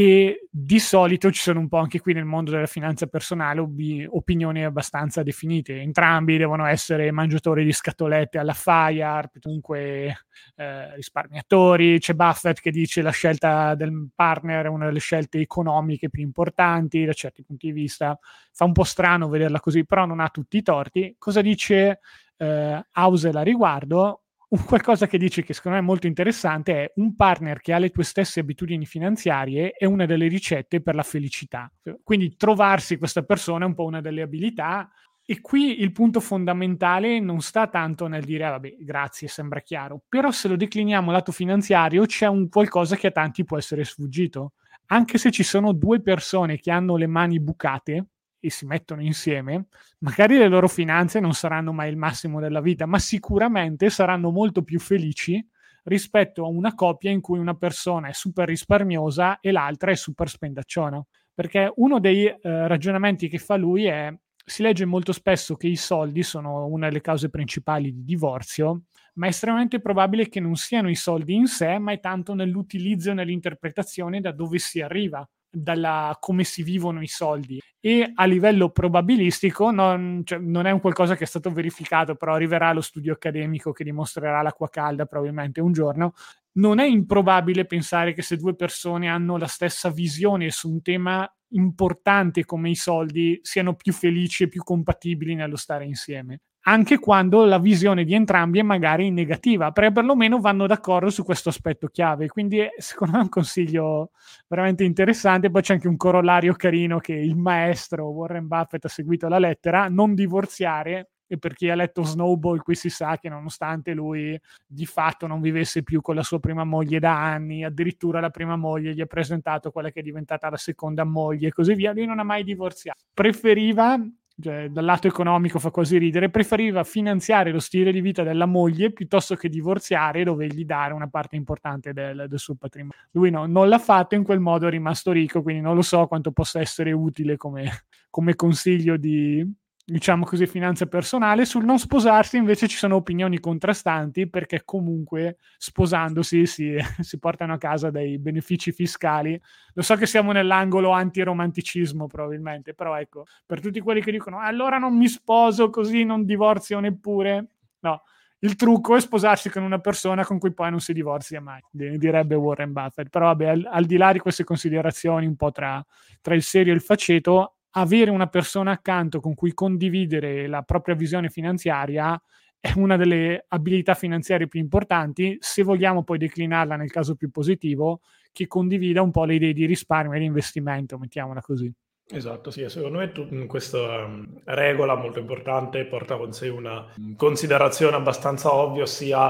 e di solito ci sono un po' anche qui nel mondo della finanza personale ob- opinioni abbastanza definite. Entrambi devono essere mangiatori di scatolette alla Fire, comunque eh, risparmiatori. C'è Buffett che dice la scelta del partner è una delle scelte economiche più importanti da certi punti di vista. Fa un po' strano vederla così, però non ha tutti i torti. Cosa dice eh, Housel a riguardo? Un qualcosa che dice che secondo me è molto interessante è un partner che ha le tue stesse abitudini finanziarie è una delle ricette per la felicità. Quindi trovarsi questa persona è un po' una delle abilità, e qui il punto fondamentale non sta tanto nel dire ah, vabbè grazie, sembra chiaro, però se lo decliniamo lato finanziario c'è un qualcosa che a tanti può essere sfuggito. Anche se ci sono due persone che hanno le mani bucate e si mettono insieme, magari le loro finanze non saranno mai il massimo della vita, ma sicuramente saranno molto più felici rispetto a una coppia in cui una persona è super risparmiosa e l'altra è super spendacciona. Perché uno dei eh, ragionamenti che fa lui è: si legge molto spesso che i soldi sono una delle cause principali di divorzio, ma è estremamente probabile che non siano i soldi in sé, ma è tanto nell'utilizzo e nell'interpretazione da dove si arriva, dalla come si vivono i soldi. E a livello probabilistico non, cioè, non è un qualcosa che è stato verificato, però arriverà lo studio accademico che dimostrerà l'acqua calda probabilmente un giorno. Non è improbabile pensare che se due persone hanno la stessa visione su un tema importante come i soldi siano più felici e più compatibili nello stare insieme, anche quando la visione di entrambi è magari negativa, perché perlomeno vanno d'accordo su questo aspetto chiave. Quindi è, secondo me è un consiglio veramente interessante. Poi c'è anche un corollario carino che il maestro Warren Buffett ha seguito la lettera: non divorziare. E per chi ha letto Snowball qui si sa che nonostante lui di fatto non vivesse più con la sua prima moglie da anni, addirittura la prima moglie gli ha presentato quella che è diventata la seconda moglie e così via, lui non ha mai divorziato. Preferiva, cioè, dal lato economico fa quasi ridere, preferiva finanziare lo stile di vita della moglie piuttosto che divorziare e dovergli dare una parte importante del, del suo patrimonio. Lui no, non l'ha fatto, in quel modo è rimasto ricco, quindi non lo so quanto possa essere utile come, come consiglio di, diciamo così, finanza personale. Sul non sposarsi invece ci sono opinioni contrastanti, perché comunque sposandosi si, si portano a casa dei benefici fiscali. Lo so che siamo nell'angolo antiromanticismo probabilmente, però ecco, per tutti quelli che dicono allora non mi sposo così non divorzio neppure, no, il trucco è sposarsi con una persona con cui poi non si divorzia mai, direbbe Warren Buffett. Però vabbè, al, al di là di queste considerazioni un po' tra, tra il serio e il faceto, avere una persona accanto con cui condividere la propria visione finanziaria è una delle abilità finanziarie più importanti, se vogliamo poi declinarla nel caso più positivo, che condivida un po' le idee di risparmio e di investimento, mettiamola così. Esatto, sì, secondo me tu, questa um, regola molto importante porta con sé una considerazione abbastanza ovvia, ossia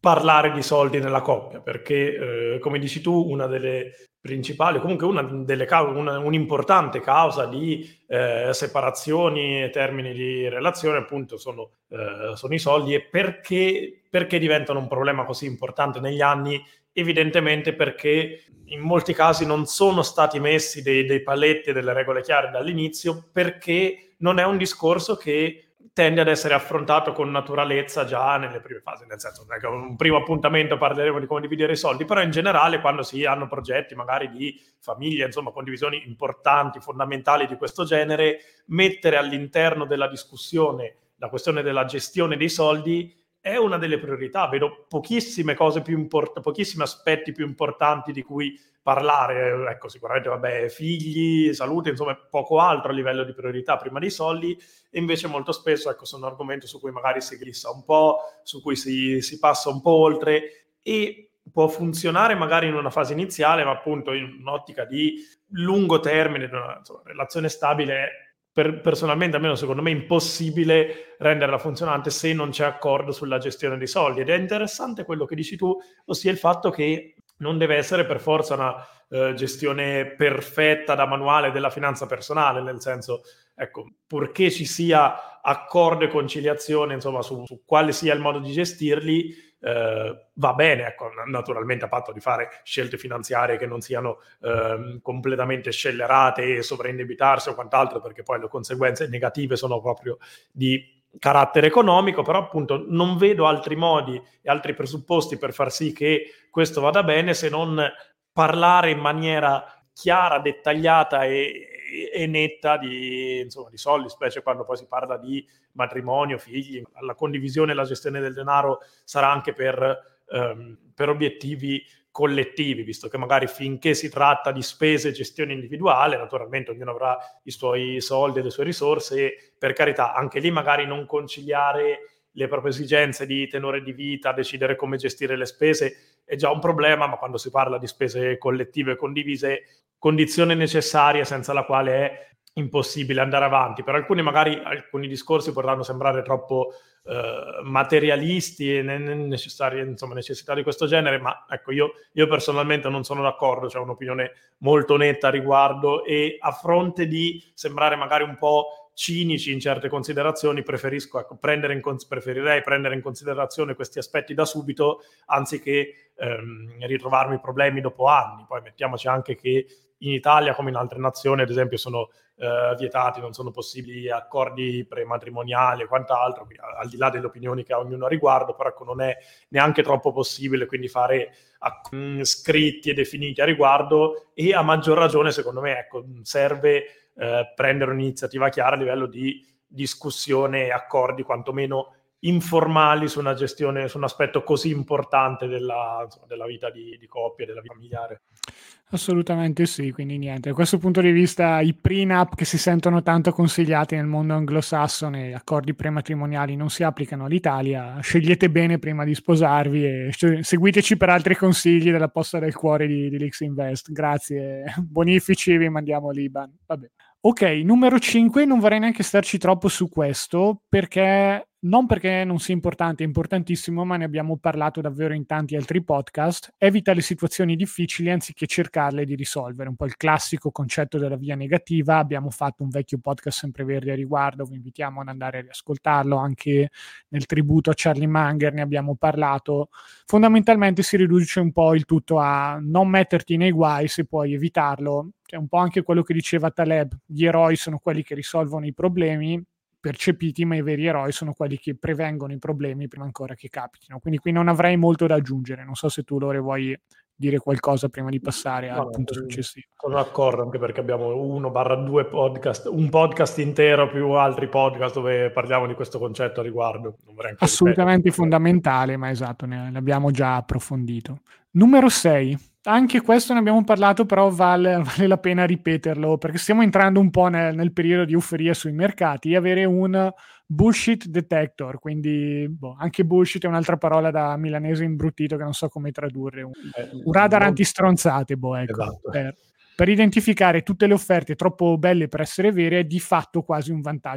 parlare di soldi nella coppia, perché eh, come dici tu, una delle principali, comunque una delle cause, una, un'importante causa di eh, separazioni e termini di relazione appunto sono, eh, sono i soldi. E perché, perché diventano un problema così importante negli anni? Evidentemente perché in molti casi non sono stati messi dei, dei paletti e delle regole chiare dall'inizio, perché non è un discorso che tende ad essere affrontato con naturalezza già nelle prime fasi, nel senso che un primo appuntamento parleremo di come dividere i soldi, però in generale quando si hanno progetti magari di famiglia, insomma condivisioni importanti, fondamentali di questo genere, mettere all'interno della discussione la questione della gestione dei soldi è una delle priorità. Vedo pochissime cose più importanti, pochissimi aspetti più importanti di cui parlare, ecco, sicuramente vabbè, figli, salute, insomma poco altro a livello di priorità prima dei soldi, e invece molto spesso, ecco, sono un argomento su cui magari si glissa un po', su cui si, si passa un po' oltre, e può funzionare magari in una fase iniziale, ma appunto in un'ottica di lungo termine, di una insomma, relazione stabile, per, personalmente almeno secondo me è impossibile renderla funzionante se non c'è accordo sulla gestione dei soldi. Ed è interessante quello che dici tu, ossia il fatto che non deve essere per forza una eh, gestione perfetta da manuale della finanza personale, nel senso, ecco, purché ci sia accordo e conciliazione, insomma, su, su quale sia il modo di gestirli, eh, va bene, ecco, naturalmente a patto di fare scelte finanziarie che non siano eh, completamente scellerate e sovraindebitarsi o quant'altro, perché poi le conseguenze negative sono proprio di carattere economico. Però appunto non vedo altri modi e altri presupposti per far sì che questo vada bene se non parlare in maniera chiara, dettagliata e, e netta di, insomma, di soldi, specie quando poi si parla di matrimonio, figli. La condivisione e la gestione del denaro sarà anche per, ehm, per obiettivi collettivi, visto che magari finché si tratta di spese e gestione individuale, naturalmente ognuno avrà i suoi soldi e le sue risorse, e per carità anche lì magari non conciliare le proprie esigenze di tenore di vita, decidere come gestire le spese è già un problema, ma quando si parla di spese collettive condivise, condizione necessaria senza la quale è impossibile andare avanti. Per alcuni magari alcuni discorsi potranno sembrare troppo eh, materialisti e necessari, insomma, necessità di questo genere, ma ecco, io, io personalmente non sono d'accordo, c'è un'opinione molto netta a riguardo, e a fronte di sembrare magari un po' cinici in certe considerazioni, preferisco ecco, prendere in cons- preferirei prendere in considerazione questi aspetti da subito, anziché ehm, ritrovarmi problemi dopo anni. Poi mettiamoci anche che in Italia, come in altre nazioni, ad esempio, sono eh, vietati, non sono possibili accordi prematrimoniali e quant'altro, quindi, al di là delle opinioni che ha ognuno a riguardo, però ecco, non è neanche troppo possibile quindi fare acc- scritti e definiti a riguardo, e a maggior ragione secondo me ecco, serve eh, prendere un'iniziativa chiara a livello di discussione e accordi quantomeno informali su una gestione, su un aspetto così importante della, insomma, della vita di, di coppia, della vita familiare. Assolutamente sì, quindi niente, da questo punto di vista i prenup che si sentono tanto consigliati nel mondo anglosassone, accordi prematrimoniali, non si applicano all'Italia. Scegliete bene prima di sposarvi e seguiteci per altri consigli della posta del cuore di, di Lix Invest. Grazie, bonifici, vi mandiamo l'I B A N. Vabbè. Ok, numero cinque, non vorrei neanche starci troppo su questo, perché non perché non sia importante, è importantissimo, ma ne abbiamo parlato davvero in tanti altri podcast. Evita le situazioni difficili anziché cercarle di risolvere, un po' il classico concetto della via negativa. Abbiamo fatto un vecchio podcast sempreverdi a riguardo, vi invitiamo ad andare a riascoltarlo, anche nel tributo a Charlie Munger ne abbiamo parlato. Fondamentalmente si riduce un po' il tutto a non metterti nei guai se puoi evitarlo. È un po' anche quello che diceva Taleb: gli eroi sono quelli che risolvono i problemi percepiti, ma i veri eroi sono quelli che prevengono i problemi prima ancora che capitino. Quindi qui non avrei molto da aggiungere. Non so se tu, Lore, vuoi dire qualcosa prima di passare no, al no, punto sono, successivo. Sono d'accordo, anche perché abbiamo uno barra due podcast, un podcast intero più altri podcast dove parliamo di questo concetto a riguardo. Non vorrei anche Assolutamente ripetere. fondamentale, ma esatto, ne, ne abbiamo già approfondito. Numero sei. Anche questo ne abbiamo parlato, però vale, vale la pena ripeterlo, perché stiamo entrando un po' nel, nel periodo di euforia sui mercati. Avere un bullshit detector, quindi boh, anche bullshit è un'altra parola da milanese imbruttito che non so come tradurre. Un, Eh, un radar non... antistronzate, boh, ecco. Esatto. Per, per identificare tutte le offerte troppo belle per essere vere è di fatto quasi un vantaggio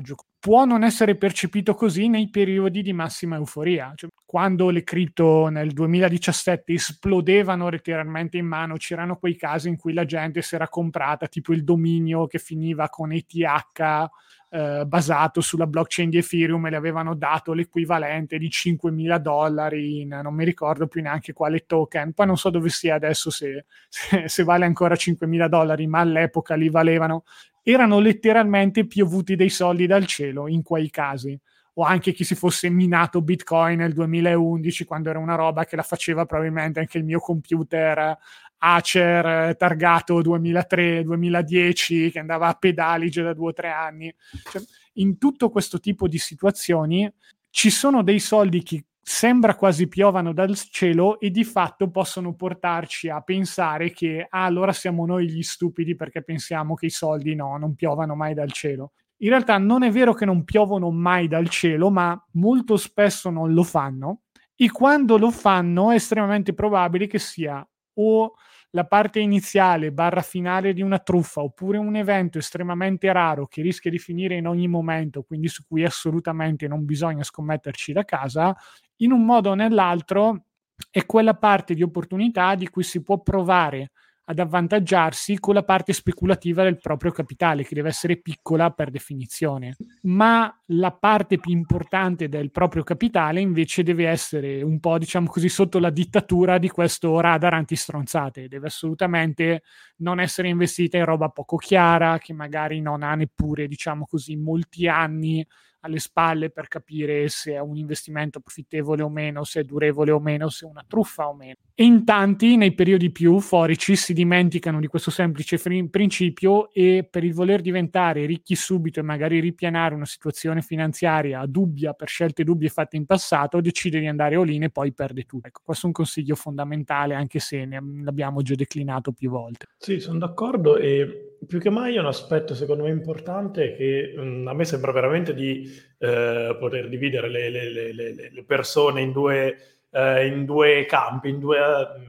può non essere percepito così nei periodi di massima euforia. Cioè, quando le cripto nel duemiladiciassette esplodevano letteralmente in mano, c'erano quei casi in cui la gente si era comprata tipo il dominio che finiva con E T H eh, basato sulla blockchain di Ethereum e le avevano dato l'equivalente di cinquemila dollari in non mi ricordo più neanche quale token, poi non so dove sia adesso, se, se, se vale ancora cinquemila dollari, ma all'epoca li valevano. Erano letteralmente piovuti dei soldi dal cielo in quei casi. O anche chi si fosse minato Bitcoin nel duemilaundici, quando era una roba che la faceva probabilmente anche il mio computer Acer targato duemilatré duemiladieci, che andava a pedali già da due o tre anni. Cioè, in tutto questo tipo di situazioni ci sono dei soldi che sembra quasi piovano dal cielo e di fatto possono portarci a pensare che ah, allora siamo noi gli stupidi perché pensiamo che i soldi no, non piovano mai dal cielo. In realtà non è vero che non piovono mai dal cielo, ma molto spesso non lo fanno, e quando lo fanno è estremamente probabile che sia o la parte iniziale barra finale di una truffa, oppure un evento estremamente raro che rischia di finire in ogni momento, quindi su cui assolutamente non bisogna scommetterci da casa. In un modo o nell'altro è quella parte di opportunità di cui si può provare ad avvantaggiarsi con la parte speculativa del proprio capitale, che deve essere piccola per definizione, ma la parte più importante del proprio capitale invece deve essere un po', diciamo così, sotto la dittatura di questo radar antistronzate, deve assolutamente non essere investita in roba poco chiara, che magari non ha neppure, diciamo così, molti anni alle spalle per capire se è un investimento profittevole o meno, se è durevole o meno, se è una truffa o meno. E in tanti, nei periodi più euforici, si dimenticano di questo semplice fr- principio e per il voler diventare ricchi subito e magari ripianare una situazione finanziaria dubbia per scelte dubbie fatte in passato, decide di andare all-in e poi perde tutto. Ecco, questo è un consiglio fondamentale, anche se ne l'abbiamo già declinato più volte. Sì, sono d'accordo, e più che mai è un aspetto secondo me importante che mh, a me sembra veramente di eh, poter dividere le, le, le, le, le persone in due, eh, in due campi, in due eh,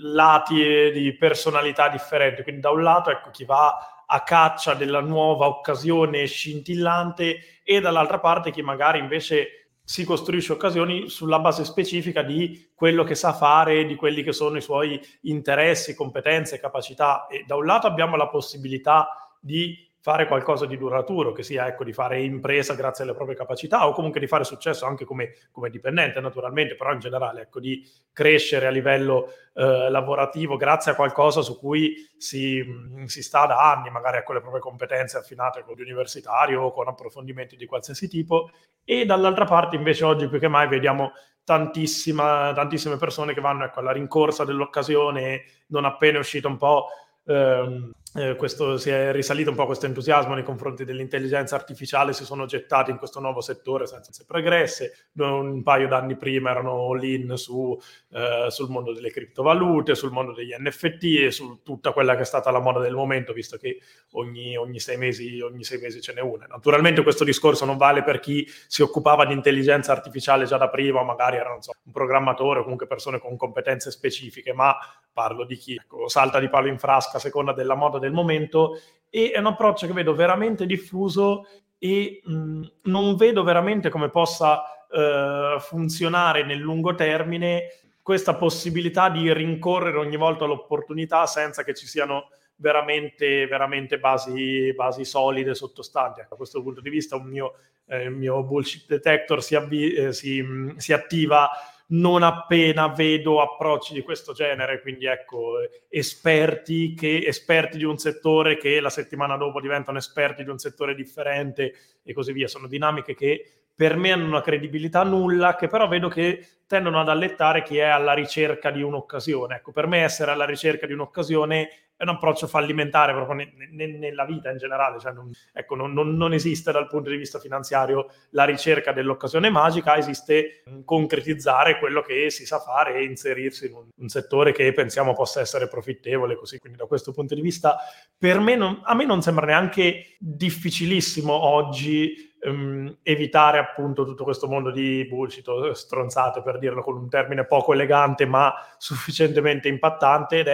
lati di personalità differenti. Quindi da un lato, ecco, chi va a caccia della nuova occasione scintillante, e dall'altra parte chi magari invece si costruisce occasioni sulla base specifica di quello che sa fare, di quelli che sono i suoi interessi, competenze, capacità. E da un lato abbiamo la possibilità di fare qualcosa di duraturo, che sia, ecco, di fare impresa grazie alle proprie capacità, o comunque di fare successo anche come, come dipendente naturalmente, però in generale, ecco, di crescere a livello eh, lavorativo grazie a qualcosa su cui si, si sta da anni, magari con le proprie competenze affinate con l'universitario o con approfondimenti di qualsiasi tipo. E dall'altra parte invece oggi più che mai vediamo tantissima, tantissime persone che vanno, ecco, alla rincorsa dell'occasione, non appena è uscito un po' ehm, eh, questo, si è risalito un po' questo entusiasmo nei confronti dell'intelligenza artificiale, si sono gettati in questo nuovo settore senza pregresse. Un paio d'anni prima erano all-in su, eh, sul mondo delle criptovalute, sul mondo degli N F T e su tutta quella che è stata la moda del momento, visto che ogni, ogni, sei mesi, ogni sei mesi ce n'è una. Naturalmente questo discorso non vale per chi si occupava di intelligenza artificiale già da prima, o magari era, non so, un programmatore o comunque persone con competenze specifiche, ma parlo di chi, ecco, salta di palo in frasca a seconda della moda del momento. E è un approccio che vedo veramente diffuso e mh, non vedo veramente come possa eh, funzionare nel lungo termine questa possibilità di rincorrere ogni volta l'opportunità senza che ci siano veramente, veramente basi, basi solide sottostanti. Da questo punto di vista un mio, eh, il mio bullshit detector si, avvi- eh, si, mh, si attiva non appena vedo approcci di questo genere, quindi ecco, esperti, che, esperti di un settore che la settimana dopo diventano esperti di un settore differente e così via. Sono dinamiche che per me hanno una credibilità nulla, che però vedo che tendono ad allettare chi è alla ricerca di un'occasione. Ecco, per me essere alla ricerca di un'occasione è un approccio fallimentare proprio ne, ne, nella vita in generale. Cioè non, ecco, non, non, non esiste dal punto di vista finanziario la ricerca dell'occasione magica, esiste concretizzare quello che si sa fare e inserirsi in un, un settore che pensiamo possa essere profittevole così. Quindi da questo punto di vista per me non, a me non sembra neanche difficilissimo oggi Um, evitare appunto tutto questo mondo di bullshit, stronzate per dirlo con un termine poco elegante ma sufficientemente impattante, ed è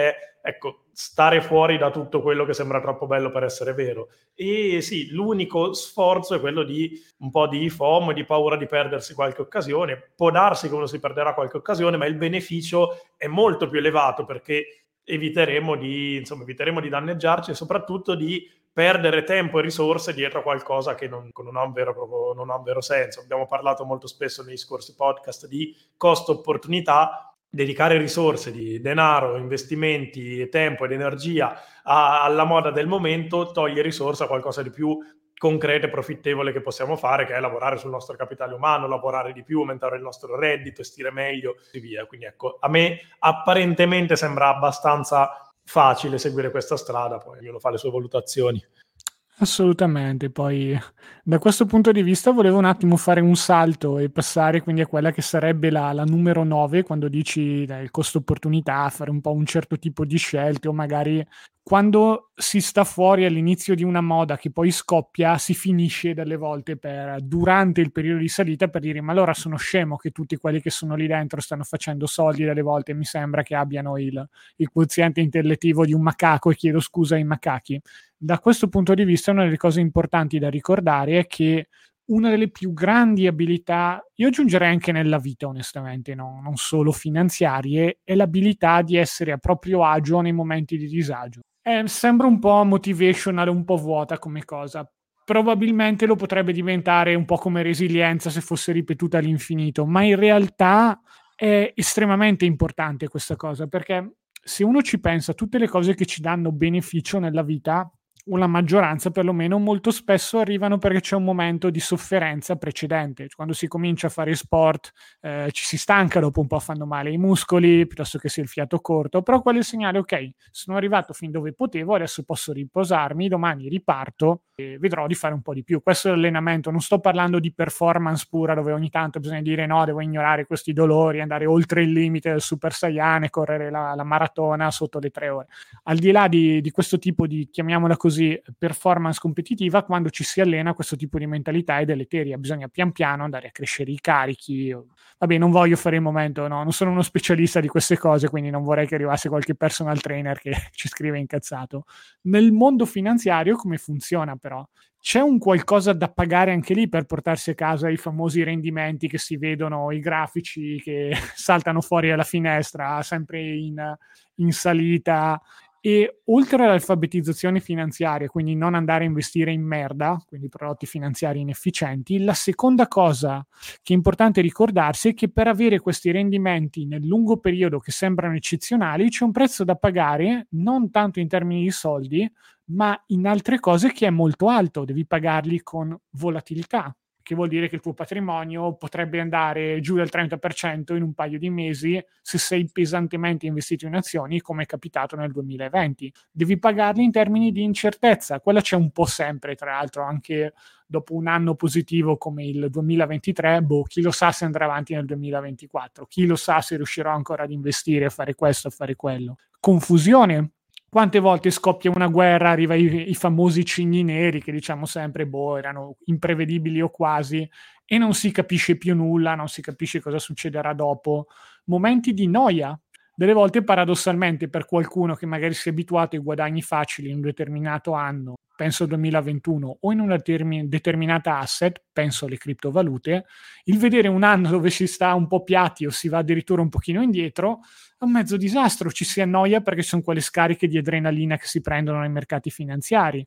ecco, stare fuori da tutto quello che sembra troppo bello per essere vero. E sì, l'unico sforzo è quello di un po' di FOMO, di paura di perdersi qualche occasione. Può darsi che uno si perderà qualche occasione, ma il beneficio è molto più elevato, perché eviteremo di, insomma, eviteremo di danneggiarci e soprattutto di perdere tempo e risorse dietro a qualcosa che non, non, ha un vero, proprio, non ha un vero senso. Abbiamo parlato molto spesso nei scorsi podcast di costo-opportunità. Dedicare risorse di denaro, investimenti, tempo ed energia a, alla moda del momento toglie risorse a qualcosa di più concreto e profittevole che possiamo fare, che è lavorare sul nostro capitale umano, lavorare di più, aumentare il nostro reddito, stire meglio e così via. Quindi ecco, a me apparentemente sembra abbastanza facile seguire questa strada, poi ognuno fa le sue valutazioni. Assolutamente, poi da questo punto di vista volevo un attimo fare un salto e passare quindi a quella che sarebbe la, la numero nove, quando dici dai, il costo opportunità, fare un po' un certo tipo di scelte, o magari quando si sta fuori all'inizio di una moda che poi scoppia, si finisce delle volte per, durante il periodo di salita, per dire ma allora sono scemo che tutti quelli che sono lì dentro stanno facendo soldi, delle volte mi sembra che abbiano il, il quoziente intellettivo di un macaco, e chiedo scusa ai macachi. Da questo punto di vista una delle cose importanti da ricordare è che una delle più grandi abilità, io aggiungerei anche nella vita onestamente, no? Non solo finanziarie, è l'abilità di essere a proprio agio nei momenti di disagio. Eh, sembra un po' motivational, un po' vuota come cosa. Probabilmente lo potrebbe diventare un po' come resilienza se fosse ripetuta all'infinito, ma in realtà è estremamente importante questa cosa, perché se uno ci pensa a tutte le cose che ci danno beneficio nella vita, una maggioranza perlomeno, molto spesso arrivano perché c'è un momento di sofferenza precedente. Quando si comincia a fare sport eh, ci si stanca, dopo un po' fanno male i muscoli, piuttosto che sia il fiato corto, però quello è il segnale, ok, sono arrivato fin dove potevo, adesso posso riposarmi, domani riparto e vedrò di fare un po' di più. Questo è l'allenamento, non sto parlando di performance pura dove ogni tanto bisogna dire no, devo ignorare questi dolori, andare oltre il limite del Super Saiyan e correre la, la maratona sotto le tre ore. Al di là di, di questo tipo di, chiamiamola così, performance competitiva, quando ci si allena questo tipo di mentalità è deleteria, bisogna pian piano andare a crescere i carichi. Vabbè, non voglio fare il momento, no, non sono uno specialista di queste cose, quindi non vorrei che arrivasse qualche personal trainer che ci scrive incazzato. Nel mondo finanziario come funziona però? C'è un qualcosa da pagare anche lì per portarsi a casa i famosi rendimenti che si vedono, i grafici che saltano fuori alla finestra, sempre in, in salita. E oltre all'alfabetizzazione finanziaria, quindi non andare a investire in merda, quindi prodotti finanziari inefficienti, la seconda cosa che è importante ricordarsi è che per avere questi rendimenti nel lungo periodo che sembrano eccezionali c'è un prezzo da pagare, non tanto in termini di soldi, ma in altre cose che è molto alto. Devi pagarli con volatilità, che vuol dire che il tuo patrimonio potrebbe andare giù del trenta per cento in un paio di mesi se sei pesantemente investito in azioni, come è capitato nel duemilaventi. Devi pagarli in termini di incertezza, quella c'è un po' sempre, tra l'altro anche dopo un anno positivo come il duemilaventitré, boh, chi lo sa se andrà avanti nel duemilaventiquattro, chi lo sa se riuscirò ancora ad investire, a fare questo, a fare quello. Confusione. Quante volte scoppia una guerra, arriva i, i famosi cigni neri che diciamo sempre, boh, erano imprevedibili o quasi, e non si capisce più nulla, non si capisce cosa succederà dopo. Momenti di noia. Delle volte paradossalmente per qualcuno che magari si è abituato ai guadagni facili in un determinato anno, penso al duemilaventuno, o in una termi- determinata asset, penso alle criptovalute, il vedere un anno dove si sta un po' piatti o si va addirittura un pochino indietro è un mezzo disastro, ci si annoia perché sono quelle scariche di adrenalina che si prendono nei mercati finanziari.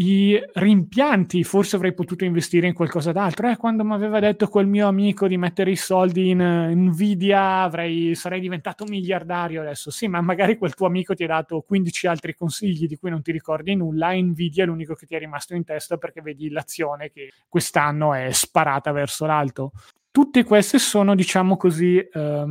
I rimpianti, forse avrei potuto investire in qualcosa d'altro. Eh, quando mi aveva detto quel mio amico di mettere i soldi in, in Nvidia, avrei, sarei diventato miliardario adesso. Sì, ma magari quel tuo amico ti ha dato quindici altri consigli di cui non ti ricordi nulla, e Nvidia è l'unico che ti è rimasto in testa perché vedi l'azione che quest'anno è sparata verso l'alto. Tutte queste sono, diciamo così, ehm,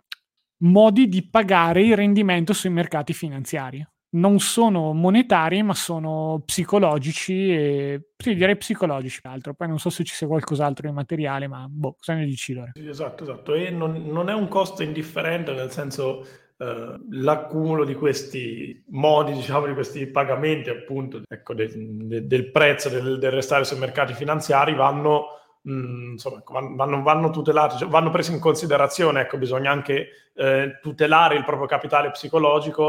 modi di pagare il rendimento sui mercati finanziari. Non sono monetari, ma sono psicologici e sì, direi psicologici altro. Poi non so se ci sia qualcos'altro in materiale, ma boh, cosa ne dici, Lore? Sì, esatto, esatto. E non, non è un costo indifferente, nel senso eh, l'accumulo di questi modi, diciamo, di questi pagamenti, appunto, ecco, de, de, del prezzo del, del restare sui mercati finanziari vanno, mh, insomma, vanno, vanno tutelati, cioè, vanno presi in considerazione. Ecco, bisogna anche eh, tutelare il proprio capitale psicologico.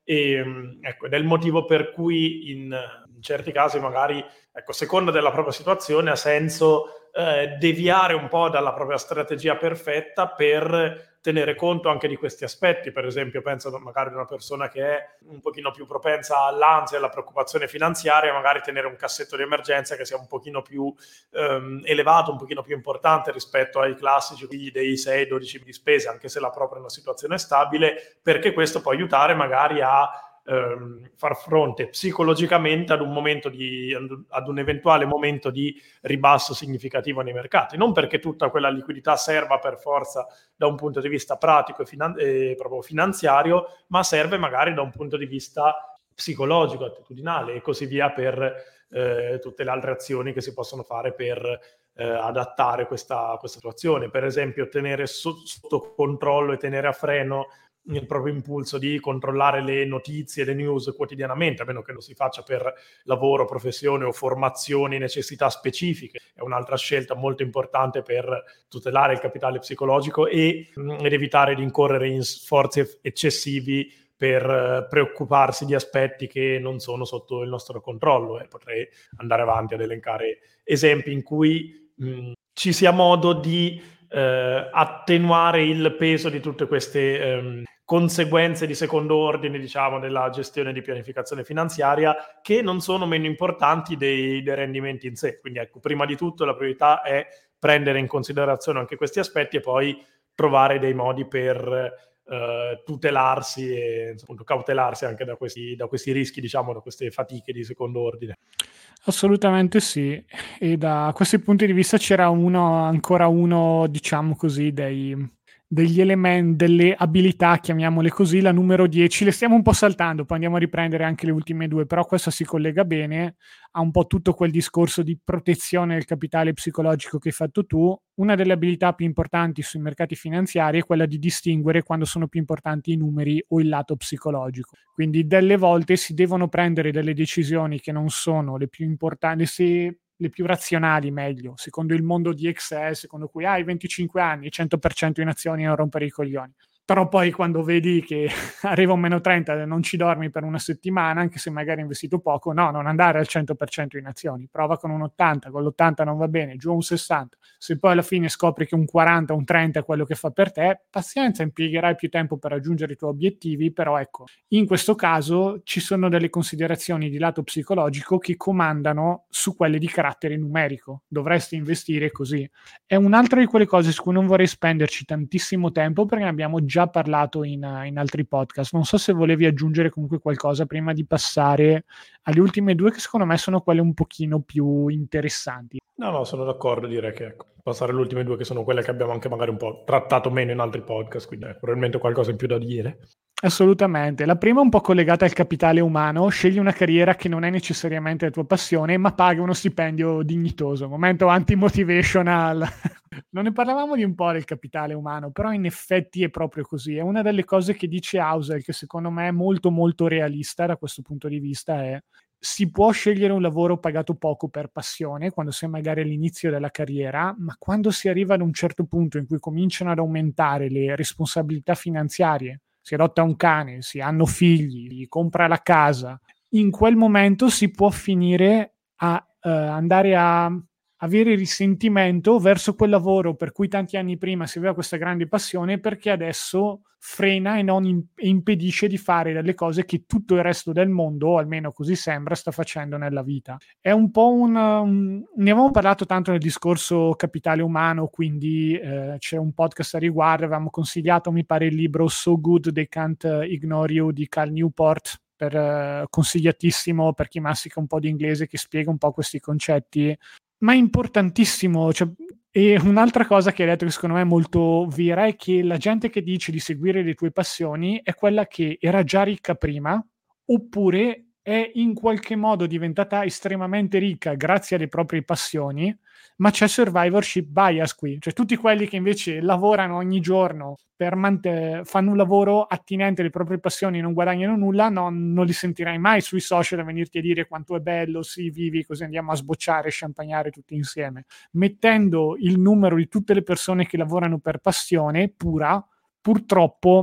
e ecco, ed è il motivo per cui in, in certi casi magari, ecco, a seconda della propria situazione ha senso eh, deviare un po' dalla propria strategia perfetta per tenere conto anche di questi aspetti. Per esempio, penso magari a una persona che è un pochino più propensa all'ansia e alla preoccupazione finanziaria, magari tenere un cassetto di emergenza che sia un pochino più ehm, elevato, un pochino più importante rispetto ai classici dei sei dodici di spesa, anche se la propria è una situazione stabile, perché questo può aiutare magari a ehm, far fronte psicologicamente ad un momento di, ad un eventuale momento di ribasso significativo nei mercati, non perché tutta quella liquidità serva per forza da un punto di vista pratico e, finan- e proprio finanziario, ma serve magari da un punto di vista psicologico, attitudinale e così via per eh, tutte le altre azioni che si possono fare per eh, adattare questa, questa situazione. Per esempio, tenere so- sotto controllo e tenere a freno il proprio impulso di controllare le notizie, le news quotidianamente, a meno che lo si faccia per lavoro, professione o formazioni, necessità specifiche. È un'altra scelta molto importante per tutelare il capitale psicologico e, ed evitare di incorrere in sforzi eccessivi per uh, preoccuparsi di aspetti che non sono sotto il nostro controllo. E potrei andare avanti ad elencare esempi in cui mh, ci sia modo di Uh, attenuare il peso di tutte queste um, conseguenze di secondo ordine, diciamo, della gestione di pianificazione finanziaria, che non sono meno importanti dei, dei rendimenti in sé. Quindi ecco, prima di tutto la priorità è prendere in considerazione anche questi aspetti e poi trovare dei modi per uh, tutelarsi e appunto cautelarsi anche da questi, da questi rischi, diciamo, da queste fatiche di secondo ordine. Assolutamente sì, e da questi punti di vista c'era uno, ancora uno, diciamo così, dei, degli elementi, delle abilità, chiamiamole così, la numero dieci, le stiamo un po' saltando, poi andiamo a riprendere anche le ultime due, però questa si collega bene a un po' tutto quel discorso di protezione del capitale psicologico che hai fatto tu. Una delle abilità più importanti sui mercati finanziari è quella di distinguere quando sono più importanti i numeri o il lato psicologico. Quindi delle volte si devono prendere delle decisioni che non sono le più importanti, se le più razionali, meglio, secondo il mondo di Excel, secondo cui hai venticinque anni, cento per cento in azioni, non rompere i coglioni. Però poi quando vedi che arriva un meno trenta e non ci dormi per una settimana, anche se magari hai investito poco, no, non andare al cento per cento in azioni, prova con un ottanta, con l'ottanta non va bene, giù a un sessanta. Se poi alla fine scopri che un quaranta, un trenta è quello che fa per te, pazienza, impiegherai più tempo per raggiungere i tuoi obiettivi, però ecco, in questo caso ci sono delle considerazioni di lato psicologico che comandano su quelle di carattere numerico. Dovresti investire così. È un'altra di quelle cose su cui non vorrei spenderci tantissimo tempo perché ne abbiamo già parlato in, in altri podcast. Non so se volevi aggiungere comunque qualcosa prima di passare alle ultime due, che secondo me sono quelle un pochino più interessanti. No, no, sono d'accordo, direi che ecco, passare alle ultime due che sono quelle che abbiamo anche magari un po' trattato meno in altri podcast, quindi è probabilmente qualcosa in più da dire. Assolutamente. La prima è un po' collegata al capitale umano. Scegli una carriera che non è necessariamente la tua passione, ma paga uno stipendio dignitoso. Momento anti-motivational. Non ne parlavamo di un po' del capitale umano, però in effetti è proprio così. È una delle cose che dice Housel, che secondo me è molto molto realista da questo punto di vista, è si può scegliere un lavoro pagato poco per passione, quando si è magari all'inizio della carriera, ma quando si arriva ad un certo punto in cui cominciano ad aumentare le responsabilità finanziarie, si adotta un cane, si hanno figli, si compra la casa, in quel momento si può finire a uh, andare a avere risentimento verso quel lavoro per cui tanti anni prima si aveva questa grande passione, perché adesso frena e non in- e impedisce di fare delle cose che tutto il resto del mondo, o almeno così sembra, sta facendo nella vita. È un po' un... un ne avevamo parlato tanto nel discorso capitale umano, quindi eh, c'è un podcast a riguardo, avevamo consigliato, mi pare, il libro So Good They Can't Ignore You di Cal Newport, per, eh, consigliatissimo per chi mastica un po' di inglese, che spiega un po' questi concetti, ma è importantissimo. Cioè, e un'altra cosa che hai detto che secondo me è molto vera è che la gente che dice di seguire le tue passioni è quella che era già ricca prima, oppure è in qualche modo diventata estremamente ricca grazie alle proprie passioni, ma c'è survivorship bias qui, cioè tutti quelli che invece lavorano ogni giorno per mant- fanno un lavoro attinente alle proprie passioni e non guadagnano nulla, no, non li sentirai mai sui social a venirti a dire quanto è bello, sì, vivi, così andiamo a sbocciare e champagnare tutti insieme. Mettendo il numero di tutte le persone che lavorano per passione pura, purtroppo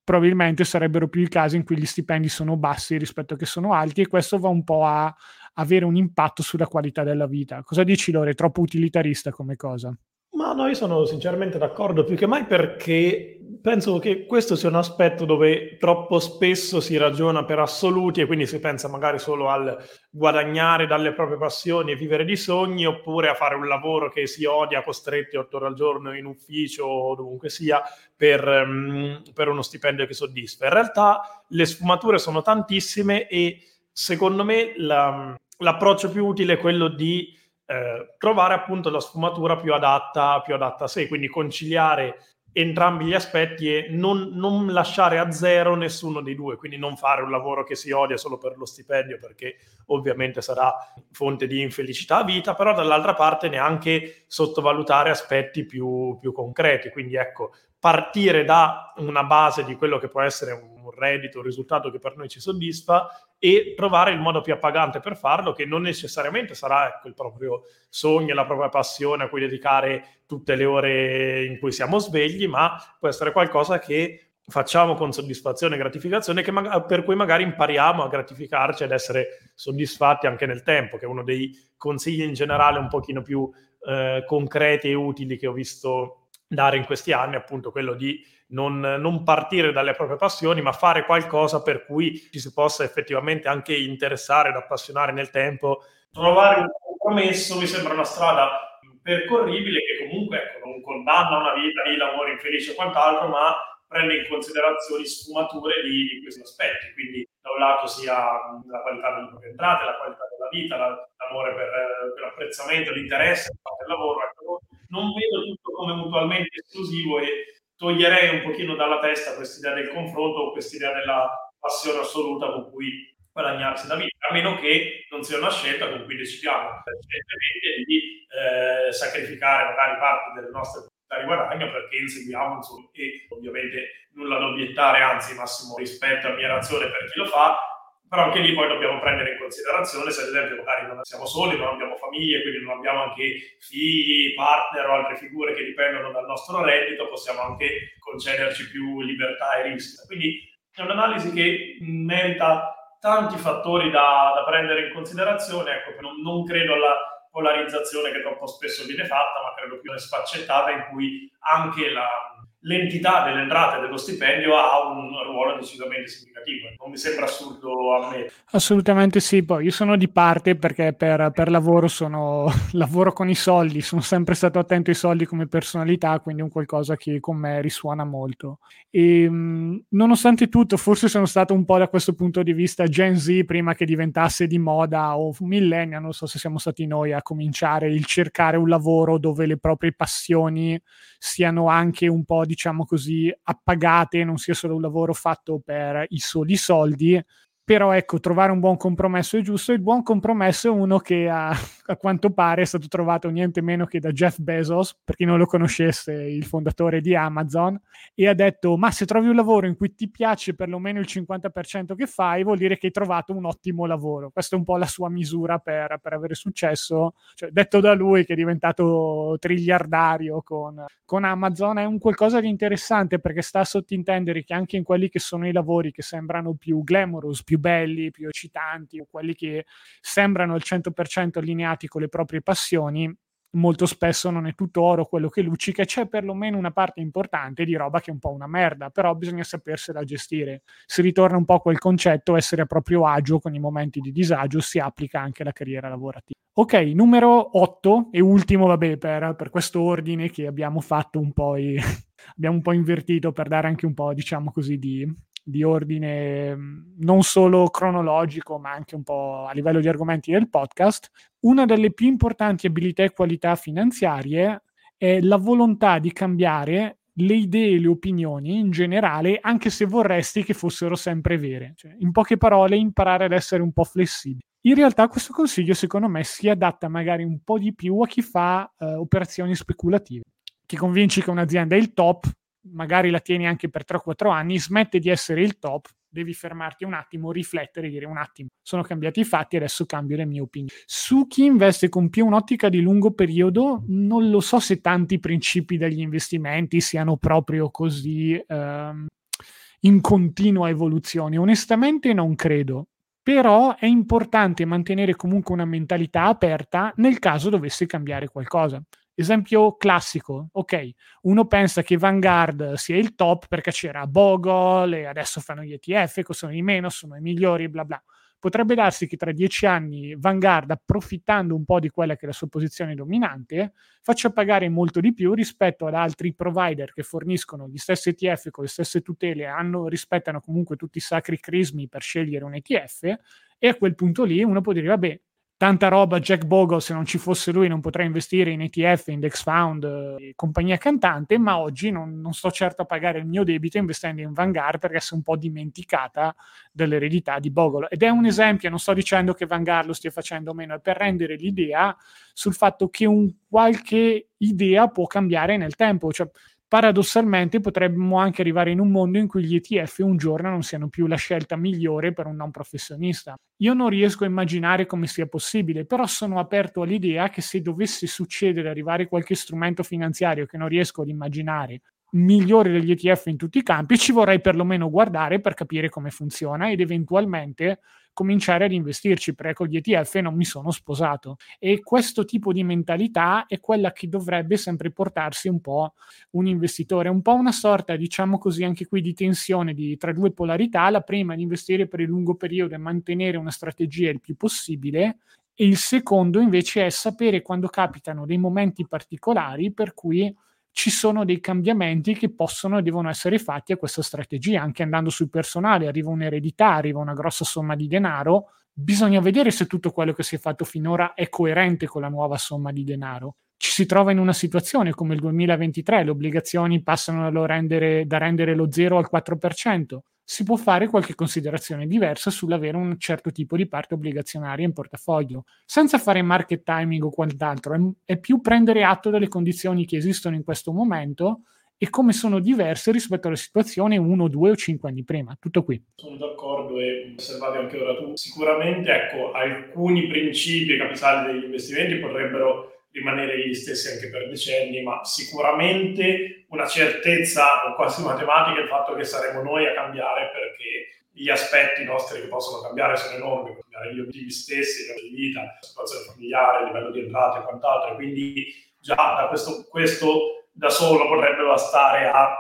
probabilmente sarebbero più i casi in cui gli stipendi sono bassi rispetto a che sono alti, e questo va un po' a avere un impatto sulla qualità della vita. Cosa dici, Lore? È troppo utilitarista come cosa? Ma no, io sono sinceramente d'accordo, più che mai perché penso che questo sia un aspetto dove troppo spesso si ragiona per assoluti e quindi si pensa magari solo al guadagnare dalle proprie passioni e vivere di sogni, oppure a fare un lavoro che si odia costretti otto ore al giorno in ufficio o dovunque sia per, um, per uno stipendio che soddisfa. In realtà le sfumature sono tantissime e secondo me la, l'approccio più utile è quello di Eh, trovare appunto la sfumatura più adatta, più adatta a sé, quindi conciliare entrambi gli aspetti e non, non lasciare a zero nessuno dei due, quindi non fare un lavoro che si odia solo per lo stipendio, perché ovviamente sarà fonte di infelicità a vita, però dall'altra parte neanche sottovalutare aspetti più, più concreti, quindi ecco, partire da una base di quello che può essere un reddito, un risultato che per noi ci soddisfa, e trovare il modo più appagante per farlo, che non necessariamente sarà ecco, il proprio sogno, la propria passione a cui dedicare tutte le ore in cui siamo svegli, ma può essere qualcosa che facciamo con soddisfazione e gratificazione, che mag- per cui magari impariamo a gratificarci ed essere soddisfatti anche nel tempo, che è uno dei consigli in generale un pochino più eh, concreti e utili che ho visto dare in questi anni, appunto quello di non, non partire dalle proprie passioni, ma fare qualcosa per cui ci si possa effettivamente anche interessare ed appassionare nel tempo. Trovare un compromesso mi sembra una strada percorribile che comunque ecco, non condanna una vita di lavoro infelice o quant'altro, ma prende in considerazione sfumature di, di questi aspetti, quindi da un lato sia la qualità delle proprie entrate, la qualità della vita, l'amore per, per l'apprezzamento, l'interesse per il lavoro. Ecco, non vedo tutto come mutualmente esclusivo e toglierei un pochino dalla testa quest'idea del confronto o quest'idea della passione assoluta con cui guadagnarsi la vita, a meno che non sia una scelta con cui decidiamo scientemente di eh, sacrificare magari parte delle nostre possibilità di guadagno perché inseguiamo insomma, e ovviamente nulla da obiettare, anzi massimo rispetto e ammirazione per chi lo fa, però anche lì poi dobbiamo prendere in considerazione se ad esempio magari non siamo soli, non abbiamo famiglie, quindi non abbiamo anche figli, partner o altre figure che dipendono dal nostro reddito, possiamo anche concederci più libertà e rischi. Quindi è un'analisi che merita tanti fattori da, da prendere in considerazione. Ecco, non, non credo alla polarizzazione che troppo spesso viene fatta, ma credo più una sfaccettata in cui anche la l'entità delle entrate dello stipendio ha un ruolo decisamente significativo. Non mi sembra assurdo a me. Assolutamente sì, poi io sono di parte perché per, per lavoro sono lavoro con i soldi, sono sempre stato attento ai soldi come personalità, quindi è un qualcosa che con me risuona molto. E mh, nonostante tutto, forse sono stato un po' da questo punto di vista Gen Z prima che diventasse di moda, o millennial, non so se siamo stati noi a cominciare il cercare un lavoro dove le proprie passioni siano anche un po', diciamo così, appagate, non sia solo un lavoro fatto per i soli soldi. Però ecco, trovare un buon compromesso è giusto. Il buon compromesso è uno che a, a quanto pare è stato trovato niente meno che da Jeff Bezos, per chi non lo conoscesse, il fondatore di Amazon, e ha detto: ma se trovi un lavoro in cui ti piace perlomeno il cinquanta per cento che fai, vuol dire che hai trovato un ottimo lavoro. Questa è un po' la sua misura per, per avere successo, cioè, detto da lui che è diventato triliardario con, con Amazon. È un qualcosa di interessante perché sta a sottintendere che anche in quelli che sono i lavori che sembrano più glamorous, più belli, più eccitanti, o quelli che sembrano al cento per cento allineati con le proprie passioni, molto spesso non è tutto oro quello che luccica, c'è perlomeno una parte importante di roba che è un po' una merda, però bisogna sapersela gestire. Si ritorna un po' a quel concetto, essere a proprio agio con i momenti di disagio si applica anche alla carriera lavorativa. Ok, numero otto e ultimo, vabbè, per, per questo ordine che abbiamo fatto un po' i, abbiamo un po' invertito per dare anche un po', diciamo così, di di ordine non solo cronologico ma anche un po' a livello di argomenti del podcast. Una delle più importanti abilità e qualità finanziarie è la volontà di cambiare le idee e le opinioni in generale, anche se vorresti che fossero sempre vere. Cioè, in poche parole, imparare ad essere un po' flessibili. In realtà questo consiglio secondo me si adatta magari un po' di più a chi fa eh, operazioni speculative. Ti convinci che un'azienda è il top, magari la tieni anche per tre o quattro anni, smette di essere il top, devi fermarti un attimo, riflettere e dire un attimo, sono cambiati i fatti, adesso cambio le mie opinioni. Su chi investe con più un'ottica di lungo periodo, non lo so se tanti principi degli investimenti siano proprio così ehm, in continua evoluzione. Onestamente non credo, però è importante mantenere comunque una mentalità aperta nel caso dovesse cambiare qualcosa. Esempio classico, ok, uno pensa che Vanguard sia il top perché c'era Bogle e adesso fanno gli E T F, costano di meno, sono i migliori, bla bla. Potrebbe darsi che tra dieci anni Vanguard, approfittando un po' di quella che è la sua posizione dominante, faccia pagare molto di più rispetto ad altri provider che forniscono gli stessi E T F con le stesse tutele, hanno, rispettano comunque tutti i sacri crismi per scegliere un E T F, e a quel punto lì uno può dire vabbè, tanta roba, Jack Bogle, se non ci fosse lui non potrei investire in E T F, index fund e compagnia cantante, ma oggi non, non sto certo a pagare il mio debito investendo in Vanguard perché si è un po' dimenticata dell'eredità di Bogle. Ed è un esempio, non sto dicendo che Vanguard lo stia facendo o meno, è per rendere l'idea sul fatto che un qualche idea può cambiare nel tempo, cioè paradossalmente potremmo anche arrivare in un mondo in cui gli E T F un giorno non siano più la scelta migliore per un non professionista. Io non riesco a immaginare come sia possibile, però sono aperto all'idea che se dovesse succedere, arrivare qualche strumento finanziario che non riesco ad immaginare migliore degli E T F in tutti i campi, ci vorrei perlomeno guardare per capire come funziona ed eventualmente cominciare ad investirci, perché con gli E T F non mi sono sposato. E questo tipo di mentalità è quella che dovrebbe sempre portarsi un po' un investitore, un po' una sorta, diciamo così, anche qui di tensione di, tra due polarità. La prima è di investire per il lungo periodo e mantenere una strategia il più possibile, e il secondo invece è sapere quando capitano dei momenti particolari per cui ci sono dei cambiamenti che possono e devono essere fatti a questa strategia, anche andando sul personale, arriva un'eredità, arriva una grossa somma di denaro, bisogna vedere se tutto quello che si è fatto finora è coerente con la nuova somma di denaro. Ci si trova in una situazione come il duemilaventitré, le obbligazioni passano da rendere, da rendere lo zero al quattro per cento. Si può fare qualche considerazione diversa sull'avere un certo tipo di parte obbligazionaria in portafoglio, senza fare market timing o quant'altro, è, è più prendere atto delle condizioni che esistono in questo momento e come sono diverse rispetto alla situazione uno, due o cinque anni prima. Tutto qui. Sono d'accordo e osservavi anche ora tu. Sicuramente, ecco, alcuni principi capitali degli investimenti potrebbero rimanere gli stessi anche per decenni, ma sicuramente una certezza o quasi matematica è il fatto che saremo noi a cambiare, perché gli aspetti nostri che possono cambiare sono enormi, cambiare gli obiettivi stessi, la vita, la situazione familiare, il livello di entrate e quant'altro, e quindi già da questo, questo da solo potrebbe bastare a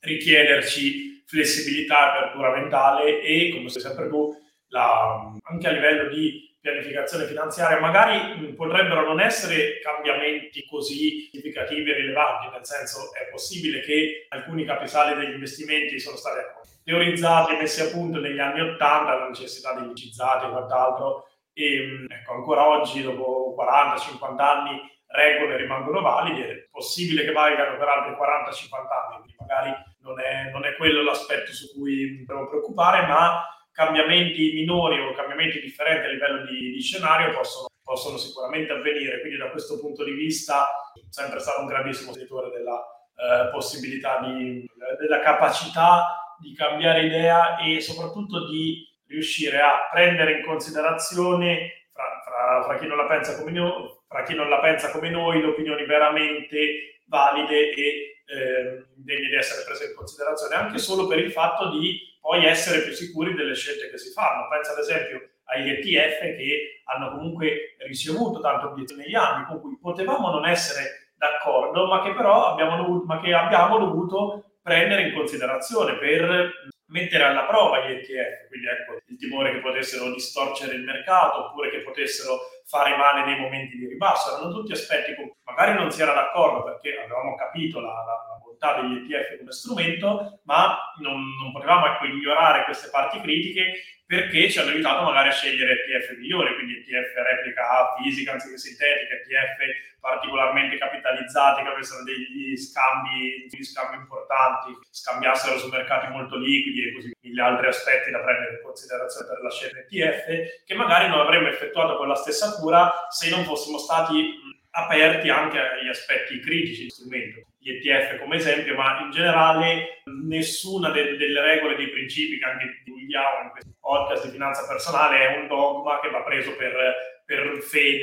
richiederci flessibilità e apertura mentale e, come sei sempre tu, la, anche a livello di pianificazione finanziaria, magari mh, potrebbero non essere cambiamenti così significativi e rilevanti, nel senso è possibile che alcuni capisaldi degli investimenti sono stati teorizzati e messi a punto negli anni ottanta, la necessità di indicizzati e quant'altro, e mh, ecco, ancora oggi, dopo quaranta cinquanta anni, regole rimangono valide, è possibile che valgano per altri quaranta cinquanta anni, quindi magari non è, non è quello l'aspetto su cui dobbiamo preoccupare, ma cambiamenti minori o cambiamenti differenti a livello di, di scenario possono, possono sicuramente avvenire, quindi da questo punto di vista sono sempre stato un grandissimo sostenitore della eh, possibilità di, della capacità di cambiare idea e soprattutto di riuscire a prendere in considerazione fra, fra, fra chi non la pensa come noi, fra chi non la pensa come noi, le opinioni veramente valide e eh, degne di essere prese in considerazione, anche solo per il fatto di poi essere più sicuri delle scelte che si fanno. Pensa ad esempio agli E T F che hanno comunque ricevuto tante obiezioni negli anni, con cui potevamo non essere d'accordo, ma che però abbiamo dovuto, ma che abbiamo dovuto prendere in considerazione per mettere alla prova gli E T F. Quindi ecco, il timore che potessero distorcere il mercato oppure che potessero fare male nei momenti di ribasso, erano tutti aspetti con cui magari non si era d'accordo perché avevamo capito la, la, la bontà degli E T F come strumento, ma non, non potevamo ecco, ignorare queste parti critiche perché ci hanno aiutato magari a scegliere E T F migliori, quindi E T F replica fisica anziché sintetica, E T F particolarmente capitalizzati che avessero degli scambi, degli scambi importanti, scambiassero su mercati molto liquidi e così mille altri aspetti da prendere in considerazione per la scelta E T F, che magari non avremmo effettuato con la stessa cura se non fossimo stati mh, aperti anche agli aspetti critici dello strumento. Gli E T F come esempio, ma in generale nessuna de- delle regole, dei principi che anche divulghiamo in questo podcast di finanza personale è un dogma che va preso per, per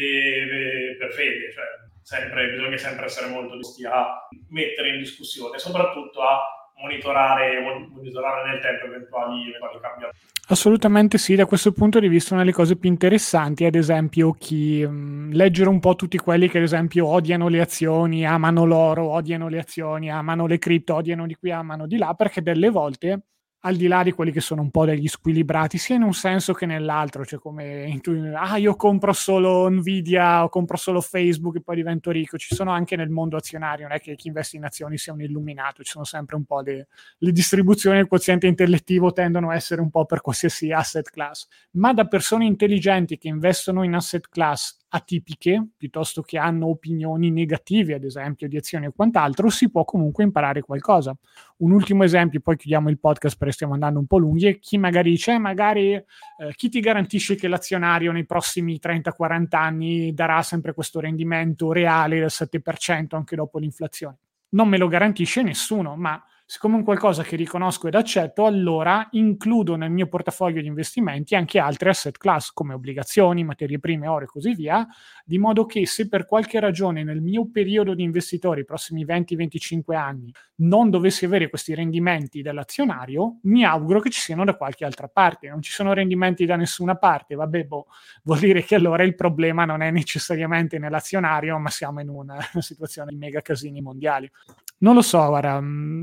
fede, per fede, cioè sempre, bisogna sempre essere molto disposti a mettere in discussione, soprattutto a monitorare, monitorare nel tempo eventuali, eventuali cambiamenti. Assolutamente sì, da questo punto di vista una delle cose più interessanti, ad esempio, chi mh, leggere un po' tutti quelli che ad esempio odiano le azioni, amano l'oro, odiano le azioni, amano le cripto, odiano di qui, amano di là, perché delle volte, al di là di quelli che sono un po' degli squilibrati, sia in un senso che nell'altro, cioè come in tu, ah io compro solo Nvidia o compro solo Facebook e poi divento ricco, ci sono anche nel mondo azionario, non è che chi investe in azioni sia un illuminato, ci sono sempre un po' le, le distribuzioni del quoziente intellettivo tendono a essere un po' per qualsiasi asset class, ma da persone intelligenti che investono in asset class atipiche, piuttosto che hanno opinioni negative, ad esempio, di azioni o quant'altro, si può comunque imparare qualcosa. Un ultimo esempio, poi chiudiamo il podcast perché stiamo andando un po' lunghi, e chi magari dice, magari eh, chi ti garantisce che l'azionario nei prossimi trenta quaranta anni darà sempre questo rendimento reale del sette per cento anche dopo l'inflazione? Non me lo garantisce nessuno, ma siccome è un qualcosa che riconosco ed accetto, allora includo nel mio portafoglio di investimenti anche altre asset class come obbligazioni, materie prime, oro e così via, di modo che se per qualche ragione nel mio periodo di investitori, i prossimi venti venticinque anni, non dovessi avere questi rendimenti dall'azionario, mi auguro che ci siano da qualche altra parte. Non ci sono rendimenti da nessuna parte, vabbè, boh, vuol dire che allora il problema non è necessariamente nell'azionario, ma siamo in una, una situazione di mega casini mondiali. Non lo so, guarda,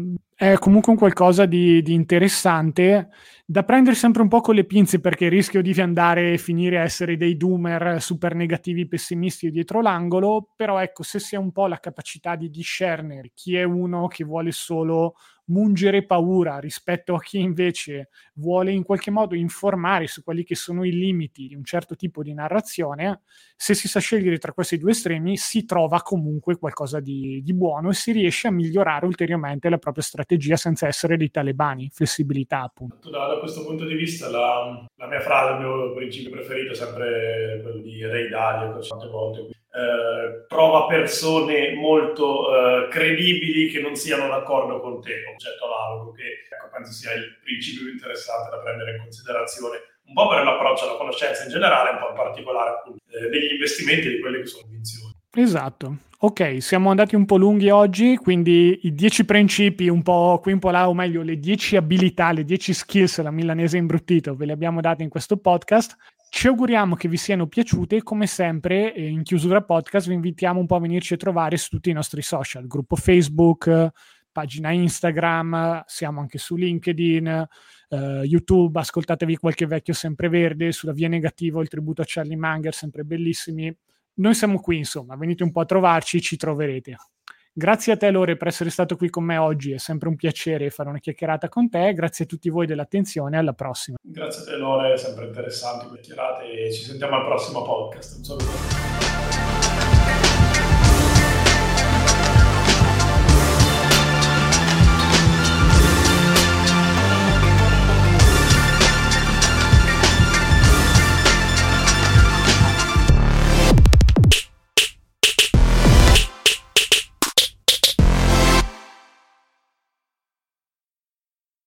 è comunque un qualcosa di, di interessante da prendere sempre un po' con le pinze, perché rischio di andare e finire a essere dei doomer super negativi, pessimisti dietro l'angolo, però ecco, se si ha un po' la capacità di discernere chi è uno che vuole solo mungere paura rispetto a chi invece vuole in qualche modo informare su quelli che sono i limiti di un certo tipo di narrazione, se si sa scegliere tra questi due estremi si trova comunque qualcosa di, di buono e si riesce a migliorare ulteriormente la propria strategia senza essere dei talebani, flessibilità appunto. Da, da questo punto di vista la, la mia frase, il mio principio preferito è sempre quello di Ray Dalio, che tante volte eh, trova persone molto eh, credibili che non siano d'accordo con te, concetto analogo, che ecco, penso sia il principio più interessante da prendere in considerazione, un po' per l'approccio alla conoscenza in generale, un po' in particolare appunto, eh, degli investimenti, di quelle che sono convinzioni. Esatto. Ok, siamo andati un po' lunghi oggi, quindi i dieci principi un po' qui un po' là, o meglio le dieci abilità, le dieci skills, la milanese imbruttito, ve le abbiamo date in questo podcast. Ci auguriamo che vi siano piaciute e come sempre in chiusura podcast vi invitiamo un po' a venirci a trovare su tutti i nostri social, gruppo Facebook, pagina Instagram, siamo anche su LinkedIn, uh, YouTube, ascoltatevi qualche vecchio sempreverde, sulla Via Negativo, il tributo a Charlie Munger, sempre bellissimi. Noi siamo qui, insomma, venite un po' a trovarci, ci troverete. Grazie a te Lore per essere stato qui con me oggi, è sempre un piacere fare una chiacchierata con te, grazie a tutti voi dell'attenzione, alla prossima. Grazie a te Lore, è sempre interessante chiacchierate e ci sentiamo al prossimo podcast. Un saluto.